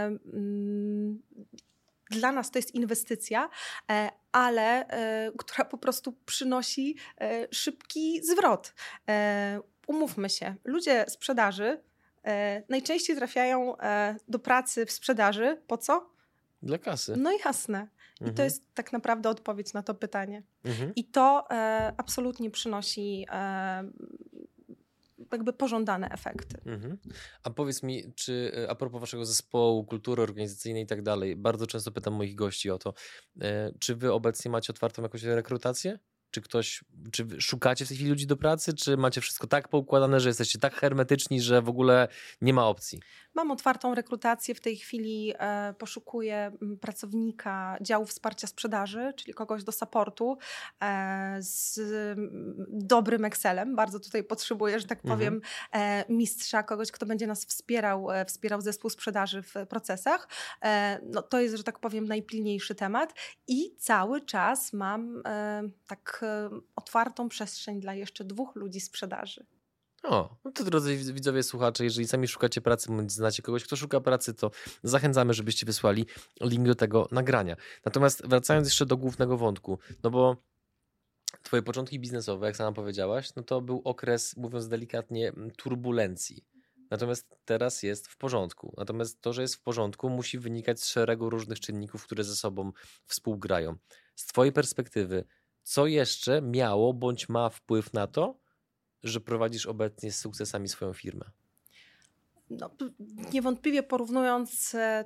mm, dla nas to jest inwestycja, e, ale e, która po prostu przynosi e, szybki zwrot. E, umówmy się, ludzie sprzedaży e, najczęściej trafiają e, do pracy w sprzedaży. Po co? Dla kasy. No i jasne. I to Mhm. jest tak naprawdę odpowiedź na to pytanie. Mhm. I to e, absolutnie przynosi e, jakby pożądane efekty. Mhm. A powiedz mi, czy e, a propos waszego zespołu, kultury organizacyjnej i tak dalej, bardzo często pytam moich gości o to, e, czy wy obecnie macie otwartą jakąś rekrutację? Czy ktoś, czy wy szukacie w tej chwili ludzi do pracy, czy macie wszystko tak poukładane, że jesteście tak hermetyczni, że w ogóle nie ma opcji? Mam otwartą rekrutację. W tej chwili e, poszukuję m, pracownika działu wsparcia sprzedaży, czyli kogoś do supportu e, z m, dobrym Excelem. Bardzo tutaj potrzebuję, że tak Mhm. powiem, e, mistrza, kogoś, kto będzie nas wspierał, e, wspierał zespół sprzedaży w procesach. E, no, to jest, że tak powiem, najpilniejszy temat. I cały czas mam e, tak e, otwartą przestrzeń dla jeszcze dwóch ludzi sprzedaży. O, no to drodzy widzowie, słuchacze, jeżeli sami szukacie pracy, bądź znacie kogoś, kto szuka pracy, to zachęcamy, żebyście wysłali link do tego nagrania. Natomiast wracając jeszcze do głównego wątku, no bo twoje początki biznesowe, jak sama powiedziałaś, no to był okres, mówiąc delikatnie, turbulencji. Natomiast teraz jest w porządku. Natomiast to, że jest w porządku, musi wynikać z szeregu różnych czynników, które ze sobą współgrają. Z twojej perspektywy, co jeszcze miało bądź ma wpływ na to, że prowadzisz obecnie z sukcesami swoją firmę? No, p- niewątpliwie porównując e,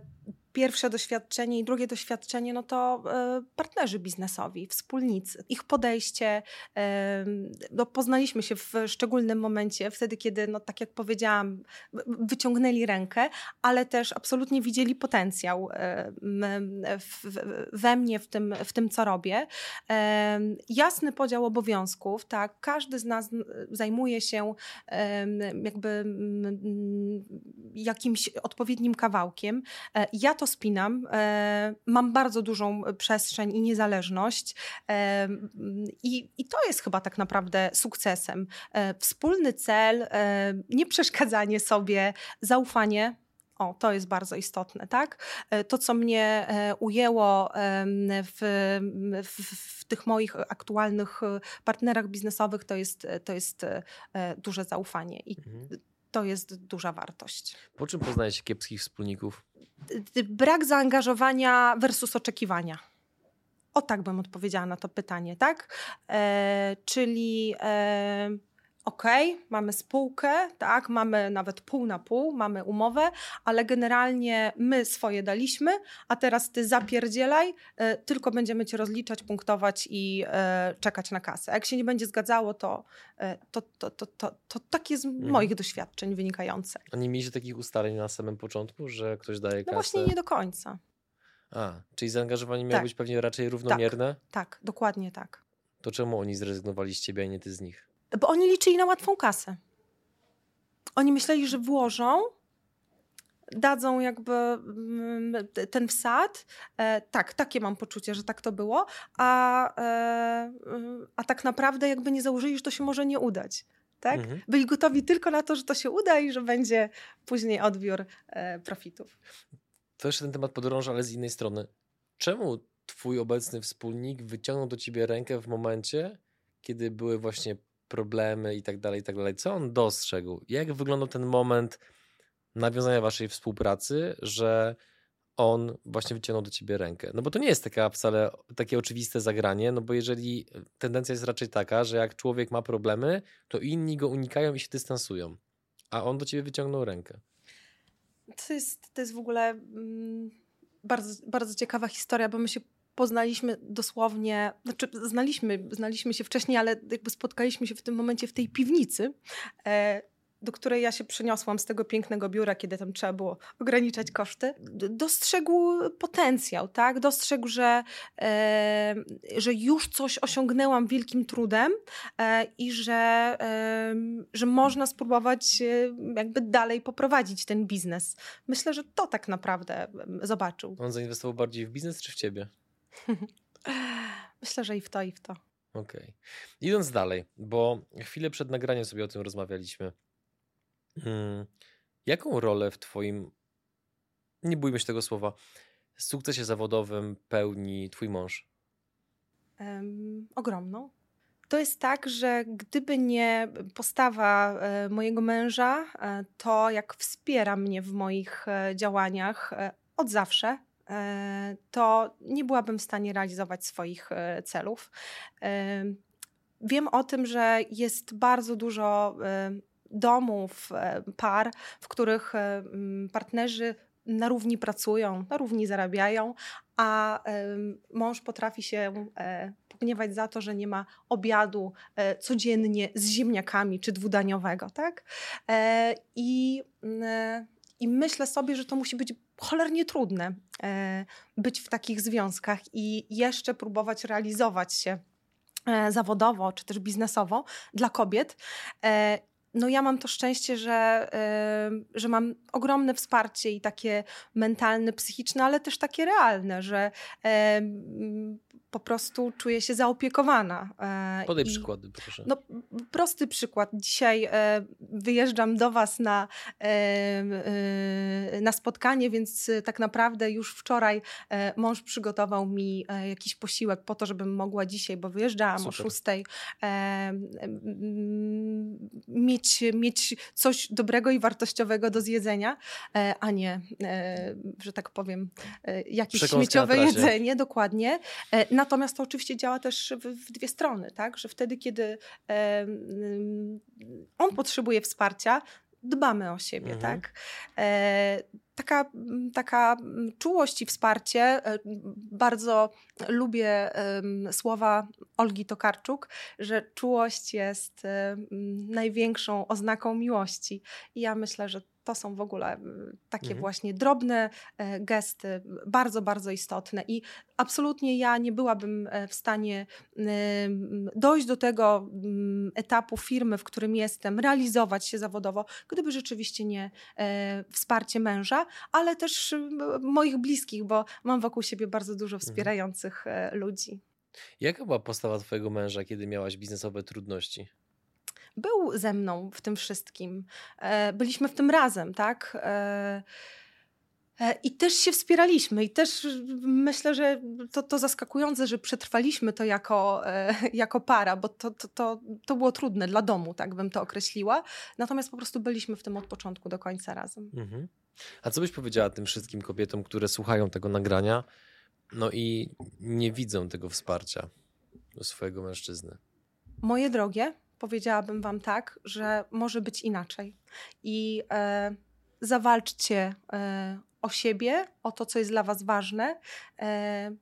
pierwsze doświadczenie i drugie doświadczenie, no to e, partnerzy biznesowi, wspólnicy. Ich podejście, e, no poznaliśmy się w szczególnym momencie, wtedy kiedy, no tak jak powiedziałam, wyciągnęli rękę, ale też absolutnie widzieli potencjał e, w, w, we mnie, w tym, w tym, co robię. E, jasny podział obowiązków, tak, każdy z nas zajmuje się e, jakby m, jakimś odpowiednim kawałkiem. E, ja to spinam, e, mam bardzo dużą przestrzeń i niezależność e, i, i to jest chyba tak naprawdę sukcesem. E, wspólny cel, e, nie przeszkadzanie sobie, zaufanie. O, to jest bardzo istotne, tak? E, to, co mnie e, ujęło e, w, w, w tych moich aktualnych partnerach biznesowych, to jest, to jest e, duże zaufanie i mhm. to jest duża wartość. Po czym poznajecie kiepskich wspólników? Brak zaangażowania versus oczekiwania. O tak bym odpowiedziała na to pytanie, tak? E, czyli e, okej, okay, mamy spółkę, tak, mamy nawet pół na pół, mamy umowę, ale generalnie my swoje daliśmy, a teraz ty zapierdzielaj, e, tylko będziemy cię rozliczać, punktować i e, czekać na kasę. A jak się nie będzie zgadzało, to, e, to, to, to, to, to takie z mhm. moich doświadczeń wynikające. A nie mieliście takich ustaleń na samym początku, że ktoś daje kasę? No właśnie nie do końca. A, czyli zaangażowanie miało tak. być pewnie raczej równomierne? Tak, tak, dokładnie tak. To czemu oni zrezygnowali z ciebie, a nie ty z nich? Bo oni liczyli na łatwą kasę. Oni myśleli, że włożą, dadzą jakby ten wsad. E, tak, takie mam poczucie, że tak to było, a, e, a tak naprawdę jakby nie założyli, że to się może nie udać. Tak? Mhm. Byli gotowi tylko na to, że to się uda i że będzie później odbiór e, profitów. To jeszcze ten temat podrąża, ale z innej strony. Czemu twój obecny wspólnik wyciągnął do ciebie rękę w momencie, kiedy były właśnie problemy i tak dalej, i tak dalej? Co on dostrzegł? Jak wyglądał ten moment nawiązania waszej współpracy, że on właśnie wyciągnął do ciebie rękę? No bo to nie jest taka wcale takie oczywiste zagranie, no bo jeżeli tendencja jest raczej taka, że jak człowiek ma problemy, to inni go unikają i się dystansują, a on do ciebie wyciągnął rękę. To jest, to jest w ogóle mm, bardzo, bardzo ciekawa historia, bo my się poznaliśmy dosłownie, znaczy znaliśmy, znaliśmy się wcześniej, ale jakby spotkaliśmy się w tym momencie w tej piwnicy, e, do której ja się przeniosłam z tego pięknego biura, kiedy tam trzeba było ograniczać koszty. Dostrzegł potencjał, tak? Dostrzegł, że, e, że już coś osiągnęłam wielkim trudem e, i że, e, że można spróbować e, jakby dalej poprowadzić ten biznes. Myślę, że to tak naprawdę zobaczył. On zainwestował bardziej w biznes czy w ciebie? Myślę, że i w to, i w to. Okej. Okay. Idąc dalej, bo chwilę przed nagraniem sobie o tym rozmawialiśmy. Hmm. Jaką rolę w twoim, nie bójmy się tego słowa, sukcesie zawodowym pełni twój mąż? Um, ogromną. To jest tak, że gdyby nie postawa e, mojego męża, e, to jak wspiera mnie w moich e, działaniach e, od zawsze, e, to nie byłabym w stanie realizować swoich e, celów. E, wiem o tym, że jest bardzo dużo e, domów, par, w których partnerzy na równi pracują, na równi zarabiają, a mąż potrafi się pogniewać za to, że nie ma obiadu codziennie z ziemniakami czy dwudaniowego, tak? I, i myślę sobie, że to musi być cholernie trudne być w takich związkach i jeszcze próbować realizować się zawodowo czy też biznesowo dla kobiet. No ja mam to szczęście, że, yy, że mam ogromne wsparcie i takie mentalne, psychiczne, ale też takie realne, że yy, po prostu czuję się zaopiekowana. Yy, Podaj i, przykłady, proszę. No, prosty przykład. Dzisiaj yy, wyjeżdżam do was na, yy, yy, na spotkanie, więc yy, tak naprawdę już wczoraj yy, mąż przygotował mi yy, jakiś posiłek po to, żebym mogła dzisiaj, bo wyjeżdżałam Super. o szóstej, yy, yy, mieć mieć coś dobrego i wartościowego do zjedzenia, a nie, że tak powiem, jakieś śmieciowe jedzenie, dokładnie. Natomiast to oczywiście działa też w, w dwie strony, tak? Że wtedy, kiedy on potrzebuje wsparcia, dbamy o siebie, mhm. tak? Taka, taka czułość i wsparcie. Bardzo lubię um, słowa Olgi Tokarczuk, że czułość jest um, największą oznaką miłości. I ja myślę, że to są w ogóle takie mhm. właśnie drobne e, gesty, bardzo, bardzo istotne. I absolutnie ja nie byłabym w stanie e, dojść do tego m, etapu firmy, w którym jestem, realizować się zawodowo, gdyby rzeczywiście nie e, wsparcie męża, ale też e, moich bliskich, bo mam wokół siebie bardzo dużo wspierających e, ludzi. Jaka była postawa twojego męża, kiedy miałaś biznesowe trudności? Był ze mną w tym wszystkim. Byliśmy w tym razem, tak? I też się wspieraliśmy i też myślę, że to, to zaskakujące, że przetrwaliśmy to jako, jako para, bo to, to, to, to było trudne dla domu, tak bym to określiła. Natomiast po prostu byliśmy w tym od początku do końca razem. Mhm. A co byś powiedziała tym wszystkim kobietom, które słuchają tego nagrania, no i nie widzą tego wsparcia do swojego mężczyzny? Moje drogie, powiedziałabym wam tak, że może być inaczej. I e, zawalczcie e, o siebie, o to, co jest dla was ważne, e,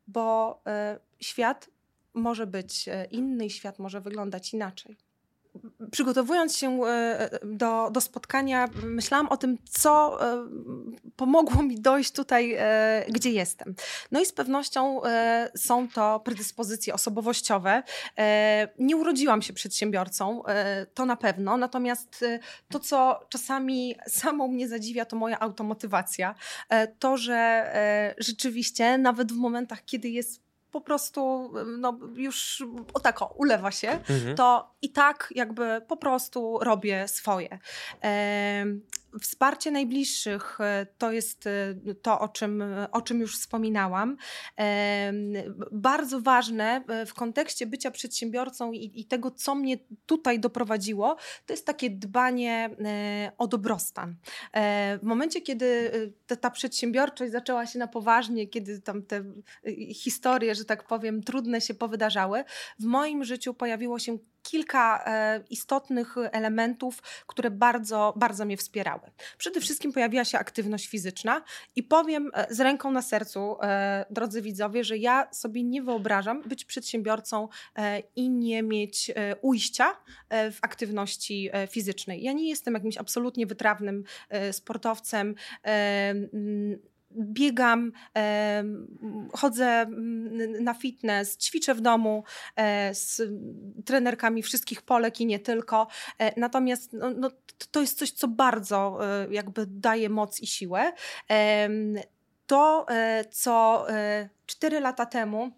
bo e, świat może być inny i świat może wyglądać inaczej. Przygotowując się do, do spotkania, myślałam o tym, co pomogło mi dojść tutaj, gdzie jestem. No i z pewnością są to predyspozycje osobowościowe. Nie urodziłam się przedsiębiorcą, to na pewno, natomiast to, co czasami samą mnie zadziwia, to moja automotywacja. To, że rzeczywiście nawet w momentach, kiedy jest po prostu no, już o tak o, ulewa się, mhm. to i tak jakby po prostu robię swoje. E, wsparcie najbliższych to jest to, o czym, o czym już wspominałam. E, bardzo ważne w kontekście bycia przedsiębiorcą i, i tego, co mnie tutaj doprowadziło, to jest takie dbanie e, o dobrostan. E, w momencie, kiedy ta, ta przedsiębiorczość zaczęła się na poważnie, kiedy tam te historie, że tak powiem, trudne się powydarzały, w moim życiu pojawiło się kilka e, istotnych elementów, które bardzo, bardzo mnie wspierały. Przede wszystkim pojawiła się aktywność fizyczna i powiem e, z ręką na sercu, e, drodzy widzowie, że ja sobie nie wyobrażam być przedsiębiorcą e, i nie mieć e, ujścia e, w aktywności e, fizycznej. Ja nie jestem jakimś absolutnie wytrawnym e, sportowcem, e, m, biegam, e, chodzę na fitness, ćwiczę w domu e, z trenerkami wszystkich Polek i nie tylko. E, natomiast no, no, to jest coś, co bardzo e, jakby daje moc i siłę. E, to, e, co e, cztery lata temu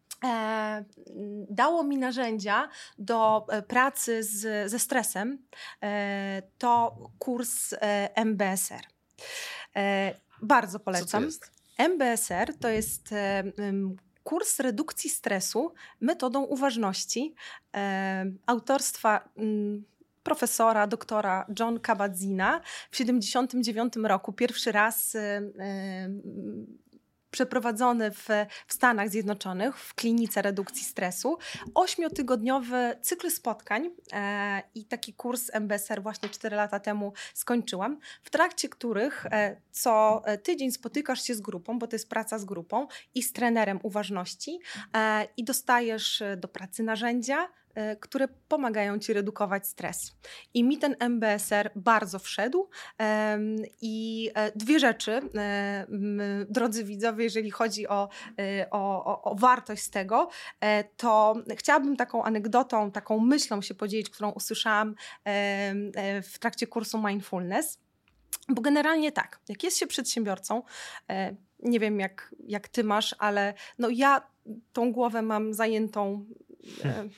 E, dało mi narzędzia do pracy z, ze stresem, e, to kurs e, M B S R. E, Bardzo polecam. Co to jest? M B S R to jest e, kurs redukcji stresu metodą uważności e, autorstwa m, profesora, doktora John Kabat-Zina w siedemdziesiątym dziewiątym roku. Pierwszy raz e, e, przeprowadzony w, w Stanach Zjednoczonych w klinice redukcji stresu. Ośmiotygodniowy cykl spotkań e, i taki kurs M B S R właśnie cztery lata temu skończyłam, w trakcie których e, co tydzień spotykasz się z grupą, bo to jest praca z grupą i z trenerem uważności e, i dostajesz do pracy narzędzia, które pomagają ci redukować stres. I mi ten M B S R bardzo wszedł um, i dwie rzeczy, um, drodzy widzowie, jeżeli chodzi o, o, o, o wartość z tego, to chciałabym taką anegdotą, taką myślą się podzielić, którą usłyszałam um, w trakcie kursu Mindfulness. Bo generalnie tak, jak jest się przedsiębiorcą, nie wiem jak, jak ty masz, ale no ja tą głowę mam zajętą... Hmm.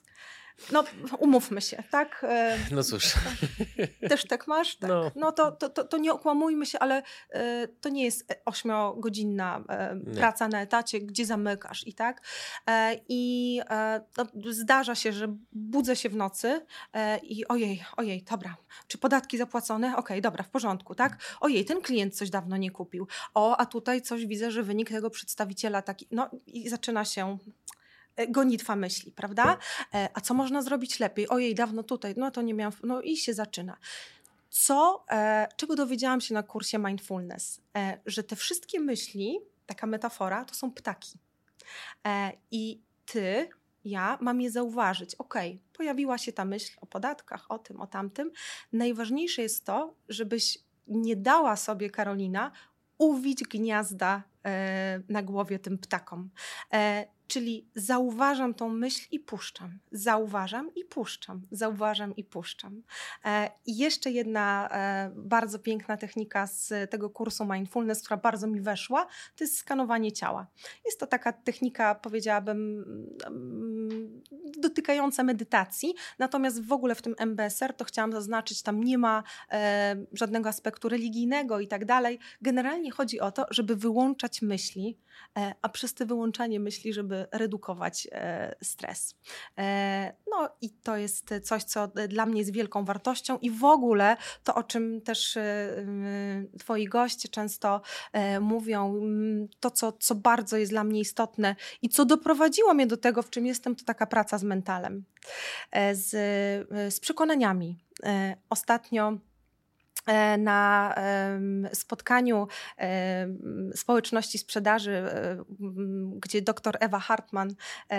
No, umówmy się, tak? No cóż. Też tak masz? Tak. No, no to, to, to, to nie okłamujmy się, ale e, to nie jest ośmiogodzinna e, praca na etacie, gdzie zamykasz i tak. E, I e, no, zdarza się, że budzę się w nocy e, i ojej, ojej, dobra, czy podatki zapłacone? Okej, okay, dobra, w porządku, tak? Ojej, ten klient coś dawno nie kupił. O, a tutaj coś widzę, że wynik tego przedstawiciela taki, no i zaczyna się... gonitwa myśli, prawda? A co można zrobić lepiej? Ojej, dawno tutaj, no to nie miałam, no i się zaczyna. Co, e, czego dowiedziałam się na kursie Mindfulness? E, że te wszystkie myśli, taka metafora, to są ptaki. E, I ty, ja mam je zauważyć. Okej, pojawiła się ta myśl o podatkach, o tym, o tamtym. Najważniejsze jest to, żebyś nie dała sobie, Karolina, uwić gniazda e, na głowie tym ptakom. E, Czyli zauważam tą myśl i puszczam. Zauważam i puszczam. Zauważam i puszczam. E, I jeszcze jedna e, bardzo piękna technika z tego kursu Mindfulness, która bardzo mi weszła, to jest skanowanie ciała. Jest to taka technika, powiedziałabym, um, dotykająca medytacji, natomiast w ogóle w tym M B S R to chciałam zaznaczyć, tam nie ma e, żadnego aspektu religijnego i tak dalej. Generalnie chodzi o to, żeby wyłączać myśli, e, a przez te wyłączanie myśli, żeby redukować e, stres. E, no i to jest coś, co dla mnie jest wielką wartością i w ogóle to, o czym też e, twoi goście często e, mówią, to, co, co bardzo jest dla mnie istotne i co doprowadziło mnie do tego, w czym jestem, to taka praca z mentalem, e, z, z przekonaniami. E, ostatnio na spotkaniu społeczności sprzedaży, gdzie doktor Ewa Hartman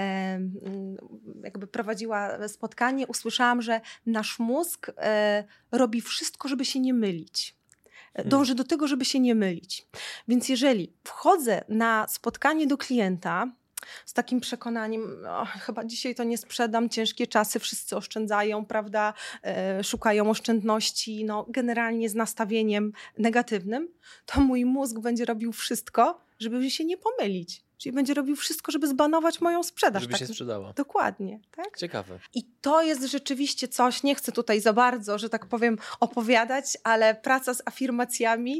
jakby prowadziła spotkanie, usłyszałam, że nasz mózg robi wszystko, żeby się nie mylić. Dąży do tego, żeby się nie mylić. Więc jeżeli wchodzę na spotkanie do klienta z takim przekonaniem, o, chyba dzisiaj to nie sprzedam, ciężkie czasy, wszyscy oszczędzają, prawda, e, szukają oszczędności, no generalnie z nastawieniem negatywnym, to mój mózg będzie robił wszystko, żeby się nie pomylić. Czyli będzie robił wszystko, żeby zbanować moją sprzedaż. Żeby tak? się sprzedała. Dokładnie. Tak? Ciekawe. I to jest rzeczywiście coś, nie chcę tutaj za bardzo, że tak powiem, opowiadać, ale praca z afirmacjami,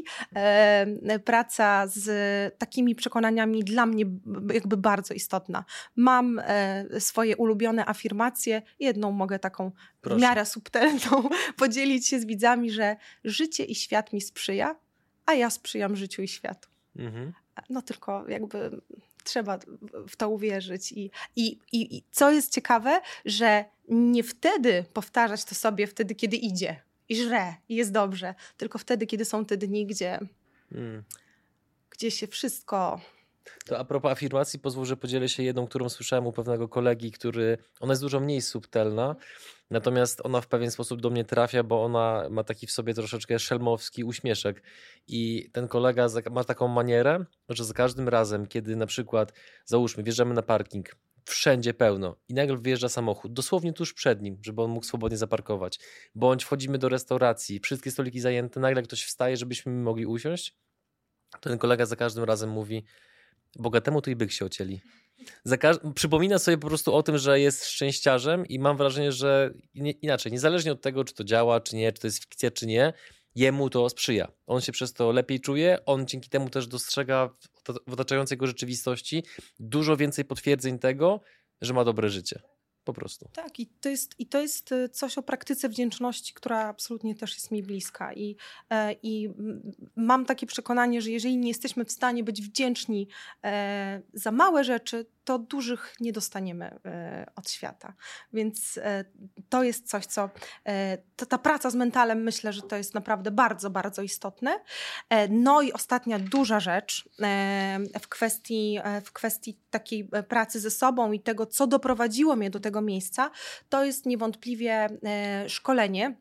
e, praca z takimi przekonaniami dla mnie jakby bardzo istotna. Mam e, swoje ulubione afirmacje. Jedną mogę taką Proszę. w miarę subtelną podzielić się z widzami, że życie i świat mi sprzyja, a ja sprzyjam życiu i światu. Mhm. No tylko jakby trzeba w to uwierzyć. I, i, i, i co jest ciekawe, że nie wtedy powtarzać to sobie, wtedy kiedy idzie i żre i jest dobrze, tylko wtedy, kiedy są te dni, gdzie, mm. gdzie się wszystko... To a propos afirmacji, pozwól, że podzielę się jedną, którą słyszałem u pewnego kolegi, który, ona jest dużo mniej subtelna, natomiast ona w pewien sposób do mnie trafia, bo ona ma taki w sobie troszeczkę szelmowski uśmieszek i ten kolega ma taką manierę, że za każdym razem, kiedy na przykład, załóżmy, wjeżdżamy na parking, wszędzie pełno i nagle wjeżdża samochód, dosłownie tuż przed nim, żeby on mógł swobodnie zaparkować, bądź wchodzimy do restauracji, wszystkie stoliki zajęte, nagle ktoś wstaje, żebyśmy mogli usiąść, to ten kolega za każdym razem mówi: bogatemu to i byk się ocieli. Każ- przypomina sobie po prostu o tym, że jest szczęściarzem i mam wrażenie, że nie, inaczej, niezależnie od tego, czy to działa, czy nie, czy to jest fikcja, czy nie, jemu to sprzyja. On się przez to lepiej czuje, on dzięki temu też dostrzega w otaczającej go rzeczywistości dużo więcej potwierdzeń tego, że ma dobre życie. Po prostu. Tak, i to jest, i to jest coś o praktyce wdzięczności, która absolutnie też jest mi bliska. I, e, i mam takie przekonanie, że jeżeli nie jesteśmy w stanie być wdzięczni e, za małe rzeczy, to dużych nie dostaniemy e, od świata. Więc e, to jest coś, co... E, to, ta praca z mentalem, myślę, że to jest naprawdę bardzo, bardzo istotne. E, no i ostatnia duża rzecz e, w kwestii, e, w kwestii takiej pracy ze sobą i tego, co doprowadziło mnie do tego miejsca, to jest niewątpliwie e, szkolenie.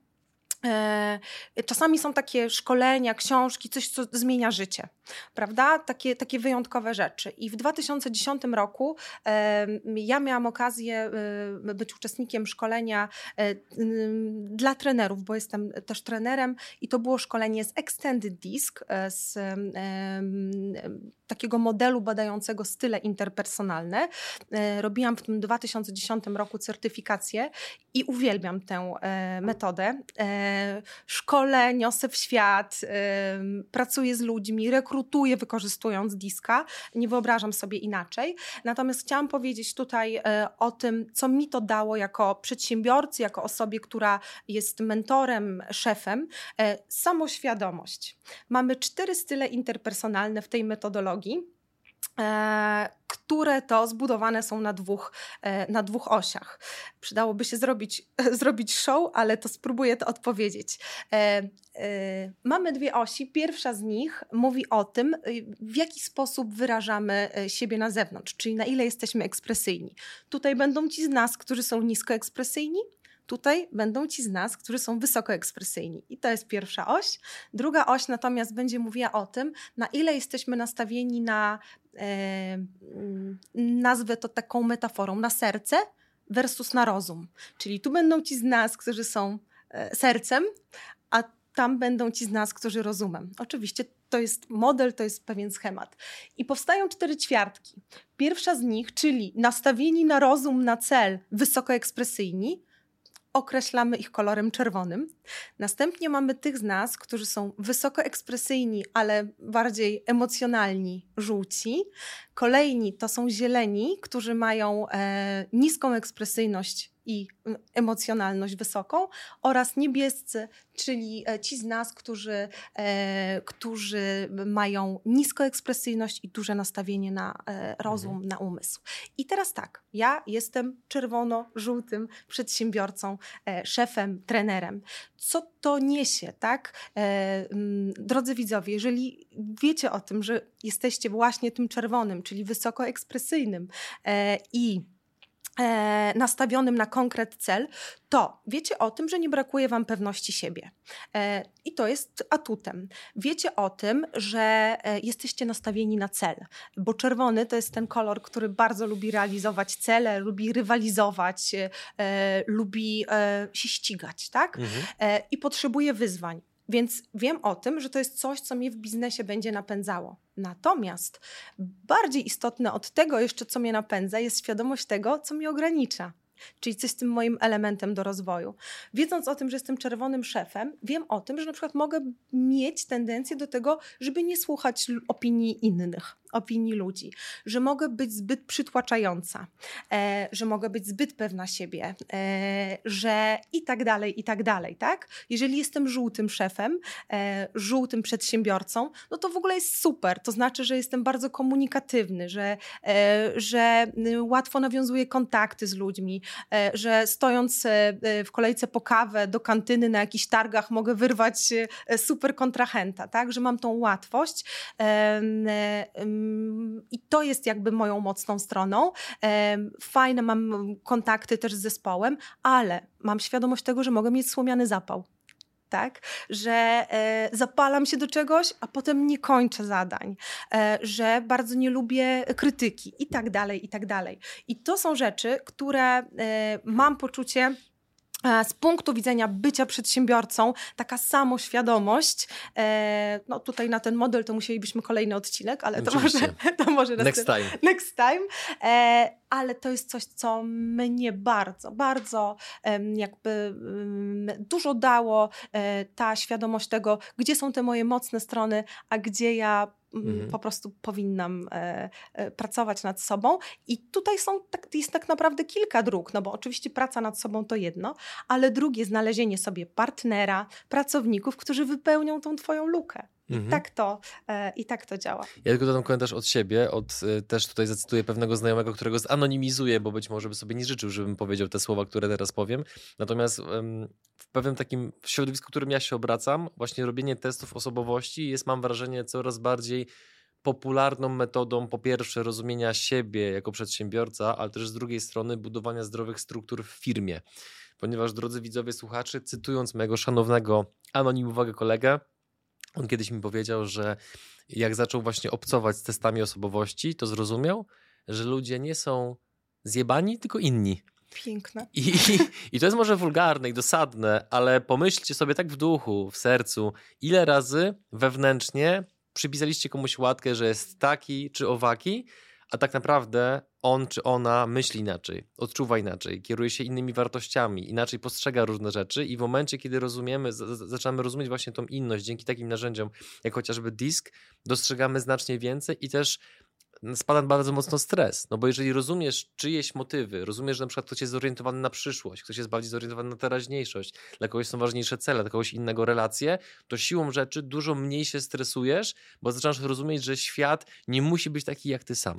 Czasami są takie szkolenia, książki, coś, co zmienia życie, prawda? Takie, takie wyjątkowe rzeczy. I w dwa tysiące dziesiątym roku e, ja miałam okazję e, być uczestnikiem szkolenia e, dla trenerów, bo jestem też trenerem i to było szkolenie z Extended Disc, e, z e, takiego modelu badającego style interpersonalne. E, robiłam w tym dwa tysiące dziesiątym roku certyfikację i uwielbiam tę e, metodę. E, Szkole, niosę w świat, yy, pracuję z ludźmi, rekrutuję wykorzystując Diska. Nie wyobrażam sobie inaczej. Natomiast chciałam powiedzieć tutaj yy, o tym, co mi to dało jako przedsiębiorcy, jako osobie, która jest mentorem, szefem. Yy, samoświadomość. Mamy cztery style interpersonalne w tej metodologii, yy, które to zbudowane są na dwóch, na dwóch osiach. Przydałoby się zrobić, zrobić show, ale to spróbuję to odpowiedzieć. Mamy dwie osi. Pierwsza z nich mówi o tym, w jaki sposób wyrażamy siebie na zewnątrz, czyli na ile jesteśmy ekspresyjni. Tutaj będą ci z nas, którzy są niskoekspresyjni, tutaj będą ci z nas, którzy są wysokoekspresyjni. I to jest pierwsza oś. Druga oś natomiast będzie mówiła o tym, na ile jesteśmy nastawieni na, e, nazwę to taką metaforą, na serce versus na rozum. Czyli tu będą ci z nas, którzy są e, sercem, a tam będą ci z nas, którzy rozumem. Oczywiście to jest model, to jest pewien schemat. I powstają cztery ćwiartki. Pierwsza z nich, czyli nastawieni na rozum, na cel, wysokoekspresyjni, określamy ich kolorem czerwonym. Następnie mamy tych z nas, którzy są wysokoekspresyjni, ale bardziej emocjonalni, żółci. Kolejni to są zieleni, którzy mają e, niską ekspresyjność i emocjonalność wysoką, oraz niebiescy, czyli ci z nas, którzy, e, którzy mają niskoekspresyjność i duże nastawienie na e, rozum, mhm. na umysł. I teraz tak, ja jestem czerwono-żółtym przedsiębiorcą, e, szefem, trenerem. Co to niesie, tak? E, m, drodzy widzowie, jeżeli wiecie o tym, że jesteście właśnie tym czerwonym, czyli wysokoekspresyjnym e, i E, nastawionym na konkret cel, to wiecie o tym, że nie brakuje wam pewności siebie. E, I to jest atutem. Wiecie o tym, że e, jesteście nastawieni na cel, bo czerwony to jest ten kolor, który bardzo lubi realizować cele, lubi rywalizować, e, lubi e, się ścigać, tak? Mhm. E, I potrzebuje wyzwań. Więc wiem o tym, że to jest coś, co mnie w biznesie będzie napędzało. Natomiast bardziej istotne od tego jeszcze, co mnie napędza, jest świadomość tego, co mnie ogranicza. Czyli coś z tym moim elementem do rozwoju. Wiedząc o tym, że jestem czerwonym szefem, wiem o tym, że na przykład mogę mieć tendencję do tego, żeby nie słuchać opinii innych, opinii ludzi, że mogę być zbyt przytłaczająca, e, że mogę być zbyt pewna siebie, e, że i tak dalej, i tak dalej, tak? Jeżeli jestem żółtym szefem, e, żółtym przedsiębiorcą, no to w ogóle jest super. To znaczy, że jestem bardzo komunikatywny, że, e, że łatwo nawiązuję kontakty z ludźmi, e, że stojąc w kolejce po kawę do kantyny na jakichś targach mogę wyrwać super kontrahenta, tak? Że mam tą łatwość. E, e, I to jest jakby moją mocną stroną. Fajne mam kontakty też z zespołem, ale mam świadomość tego, że mogę mieć słomiany zapał. Tak? Że e, zapalam się do czegoś, a potem nie kończę zadań, e, że bardzo nie lubię krytyki i tak dalej, i tak dalej. I to są rzeczy, które e, mam poczucie, z punktu widzenia bycia przedsiębiorcą, taka samoświadomość, e, no tutaj na ten model to musielibyśmy kolejny odcinek, ale to może, to może next time. Next time. E, ale to jest coś, co mnie bardzo, bardzo um, jakby um, dużo dało, e, ta świadomość tego, gdzie są te moje mocne strony, a gdzie ja Mhm. po prostu powinnam e, e, pracować nad sobą. I tutaj są, tak, jest tak naprawdę kilka dróg, no bo oczywiście praca nad sobą to jedno, ale drugie, znalezienie sobie partnera, pracowników, którzy wypełnią tą twoją lukę. I, mhm. tak to, e, I tak to działa. Ja tylko dodam komentarz od siebie, od, e, też tutaj zacytuję pewnego znajomego, którego zanonimizuję, bo być może by sobie nie życzył, żebym powiedział te słowa, które teraz powiem. Natomiast em, w pewnym takim środowisku, w którym ja się obracam, właśnie robienie testów osobowości jest, mam wrażenie, coraz bardziej popularną metodą, po pierwsze, rozumienia siebie jako przedsiębiorca, ale też z drugiej strony budowania zdrowych struktur w firmie. Ponieważ, drodzy widzowie, słuchacze, cytując mojego szanownego anonimowego kolegę, on kiedyś mi powiedział, że jak zaczął właśnie obcować z testami osobowości, to zrozumiał, że ludzie nie są zjebani, tylko inni. Piękne. I, i, I to jest może wulgarne i dosadne, ale pomyślcie sobie tak w duchu, w sercu, ile razy wewnętrznie przypisaliście komuś łatkę, że jest taki czy owaki, a tak naprawdę on czy ona myśli inaczej, odczuwa inaczej, kieruje się innymi wartościami, inaczej postrzega różne rzeczy i w momencie, kiedy rozumiemy, z- z- zaczynamy rozumieć właśnie tą inność dzięki takim narzędziom, jak chociażby disk, dostrzegamy znacznie więcej i też spada bardzo mocno stres, no bo jeżeli rozumiesz czyjeś motywy, rozumiesz, że na przykład ktoś jest zorientowany na przyszłość, ktoś jest bardziej zorientowany na teraźniejszość, dla kogoś są ważniejsze cele, dla kogoś innego relacje, to siłą rzeczy dużo mniej się stresujesz, bo zaczynasz rozumieć, że świat nie musi być taki jak ty sam.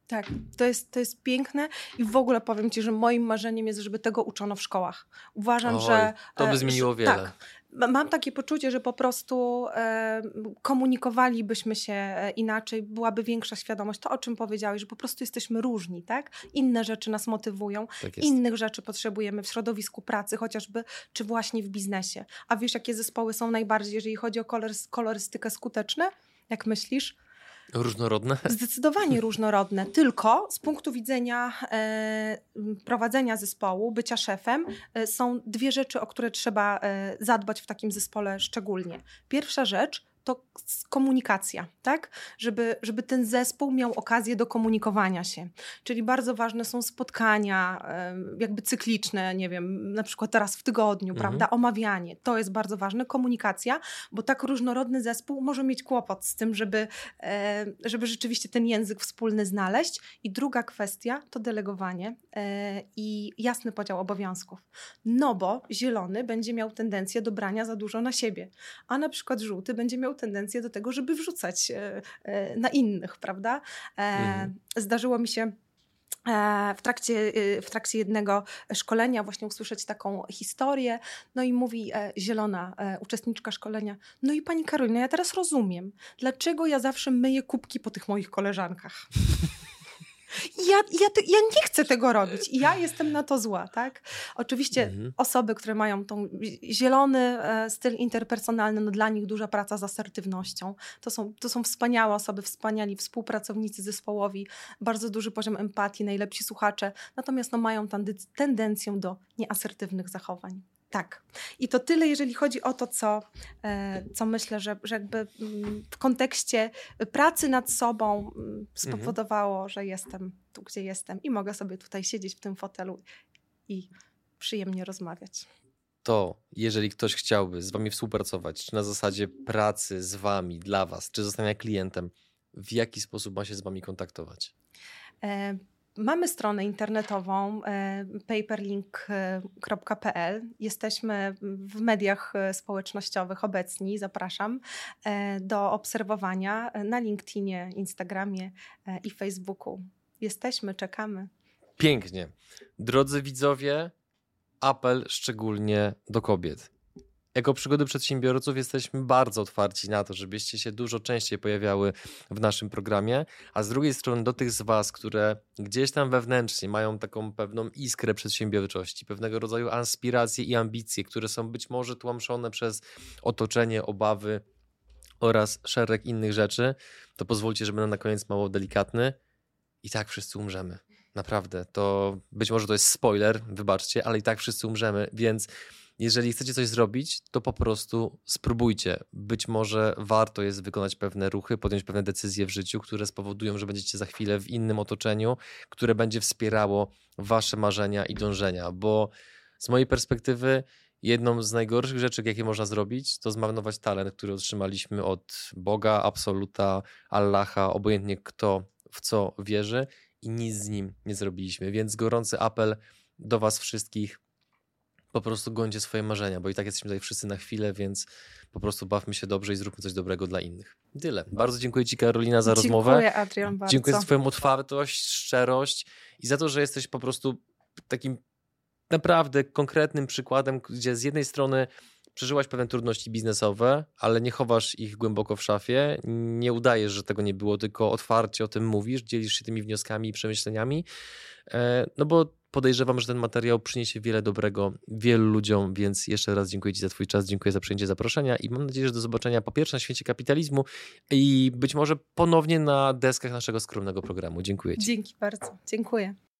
Tak, to jest, to jest piękne i w ogóle powiem ci, że moim marzeniem jest, żeby tego uczono w szkołach. Uważam, Oj, że... to by zmieniło że, wiele. Tak, mam takie poczucie, że po prostu e, komunikowalibyśmy się e, inaczej, byłaby większa świadomość. To, o czym powiedziałeś, że po prostu jesteśmy różni, tak? Inne rzeczy nas motywują, Tak jest. innych rzeczy potrzebujemy w środowisku pracy, chociażby, czy właśnie w biznesie. A wiesz, jakie zespoły są najbardziej, jeżeli chodzi o kolorys- kolorystykę skuteczne? Jak myślisz? Różnorodne? Zdecydowanie różnorodne, tylko z punktu widzenia e, prowadzenia zespołu, bycia szefem, e, są dwie rzeczy, o które trzeba e, zadbać w takim zespole szczególnie. Pierwsza rzecz to komunikacja, tak? Żeby, żeby ten zespół miał okazję do komunikowania się. Czyli bardzo ważne są spotkania e, jakby cykliczne, nie wiem, na przykład teraz w tygodniu, Mhm. prawda? Omawianie. To jest bardzo ważne. Komunikacja, bo tak różnorodny zespół może mieć kłopot z tym, żeby, e, żeby rzeczywiście ten język wspólny znaleźć. I druga kwestia to delegowanie e, i jasny podział obowiązków. No bo zielony będzie miał tendencję do brania za dużo na siebie, a na przykład żółty będzie miał tendencję do tego, żeby wrzucać e, e, na innych, prawda? E, Mhm. Zdarzyło mi się w trakcie, w trakcie jednego szkolenia właśnie usłyszeć taką historię, no i mówi e, zielona e, uczestniczka szkolenia, no i pani Karolina, ja teraz rozumiem, dlaczego ja zawsze myję kubki po tych moich koleżankach. Ja, ja, te, ja nie chcę tego robić i ja jestem na to zła, tak? Oczywiście Mhm. osoby, które mają tą zielony e, styl interpersonalny, no dla nich duża praca z asertywnością. To są, to są wspaniałe osoby, wspaniali współpracownicy zespołowi, bardzo duży poziom empatii, najlepsi słuchacze, natomiast no, mają tendy- tendencję do nieasertywnych zachowań. Tak. I to tyle, jeżeli chodzi o to, co, e, co myślę, że, że jakby mm, w kontekście pracy nad sobą mm, spowodowało, mhm. że jestem tu, gdzie jestem i mogę sobie tutaj siedzieć w tym fotelu i przyjemnie rozmawiać. To, jeżeli ktoś chciałby z wami współpracować, czy na zasadzie pracy z wami, dla was, czy zostania klientem, w jaki sposób ma się z wami kontaktować? E, Mamy stronę internetową e, paperlink kropka p l. Jesteśmy w mediach społecznościowych obecni, zapraszam e, do obserwowania na LinkedInie, Instagramie e, i Facebooku. Jesteśmy, czekamy. Pięknie. Drodzy widzowie, apel szczególnie do kobiet. Jako Przygody Przedsiębiorców jesteśmy bardzo otwarci na to, żebyście się dużo częściej pojawiały w naszym programie, a z drugiej strony do tych z was, które gdzieś tam wewnętrznie mają taką pewną iskrę przedsiębiorczości, pewnego rodzaju aspiracje i ambicje, które są być może tłamszone przez otoczenie, obawy oraz szereg innych rzeczy, to pozwólcie, że będę na koniec mało delikatny. I tak wszyscy umrzemy. Naprawdę. To być może to jest spoiler, wybaczcie, ale i tak wszyscy umrzemy, więc jeżeli chcecie coś zrobić, to po prostu spróbujcie. Być może warto jest wykonać pewne ruchy, podjąć pewne decyzje w życiu, które spowodują, że będziecie za chwilę w innym otoczeniu, które będzie wspierało wasze marzenia i dążenia, bo z mojej perspektywy jedną z najgorszych rzeczy, jakie można zrobić, to zmarnować talent, który otrzymaliśmy od Boga, Absoluta, Allaha, obojętnie kto w co wierzy i nic z nim nie zrobiliśmy, więc gorący apel do was wszystkich, po prostu gońcie swoje marzenia, bo i tak jesteśmy tutaj wszyscy na chwilę, więc po prostu bawmy się dobrze i zróbmy coś dobrego dla innych. Tyle. Bardzo dziękuję ci, Karolina, za Dziękuję, rozmowę. Dziękuję, Adrian, bardzo. Dziękuję za twoją otwartość, szczerość i za to, że jesteś po prostu takim naprawdę konkretnym przykładem, gdzie z jednej strony przeżyłaś pewne trudności biznesowe, ale nie chowasz ich głęboko w szafie, nie udajesz, że tego nie było, tylko otwarcie o tym mówisz, dzielisz się tymi wnioskami i przemyśleniami, no bo podejrzewam, że ten materiał przyniesie wiele dobrego wielu ludziom, więc jeszcze raz dziękuję ci za twój czas, dziękuję za przyjęcie zaproszenia i mam nadzieję, że do zobaczenia po pierwsze na Świecie Kapitalizmu i być może ponownie na deskach naszego skromnego programu. Dziękuję ci. Dzięki bardzo. Dziękuję.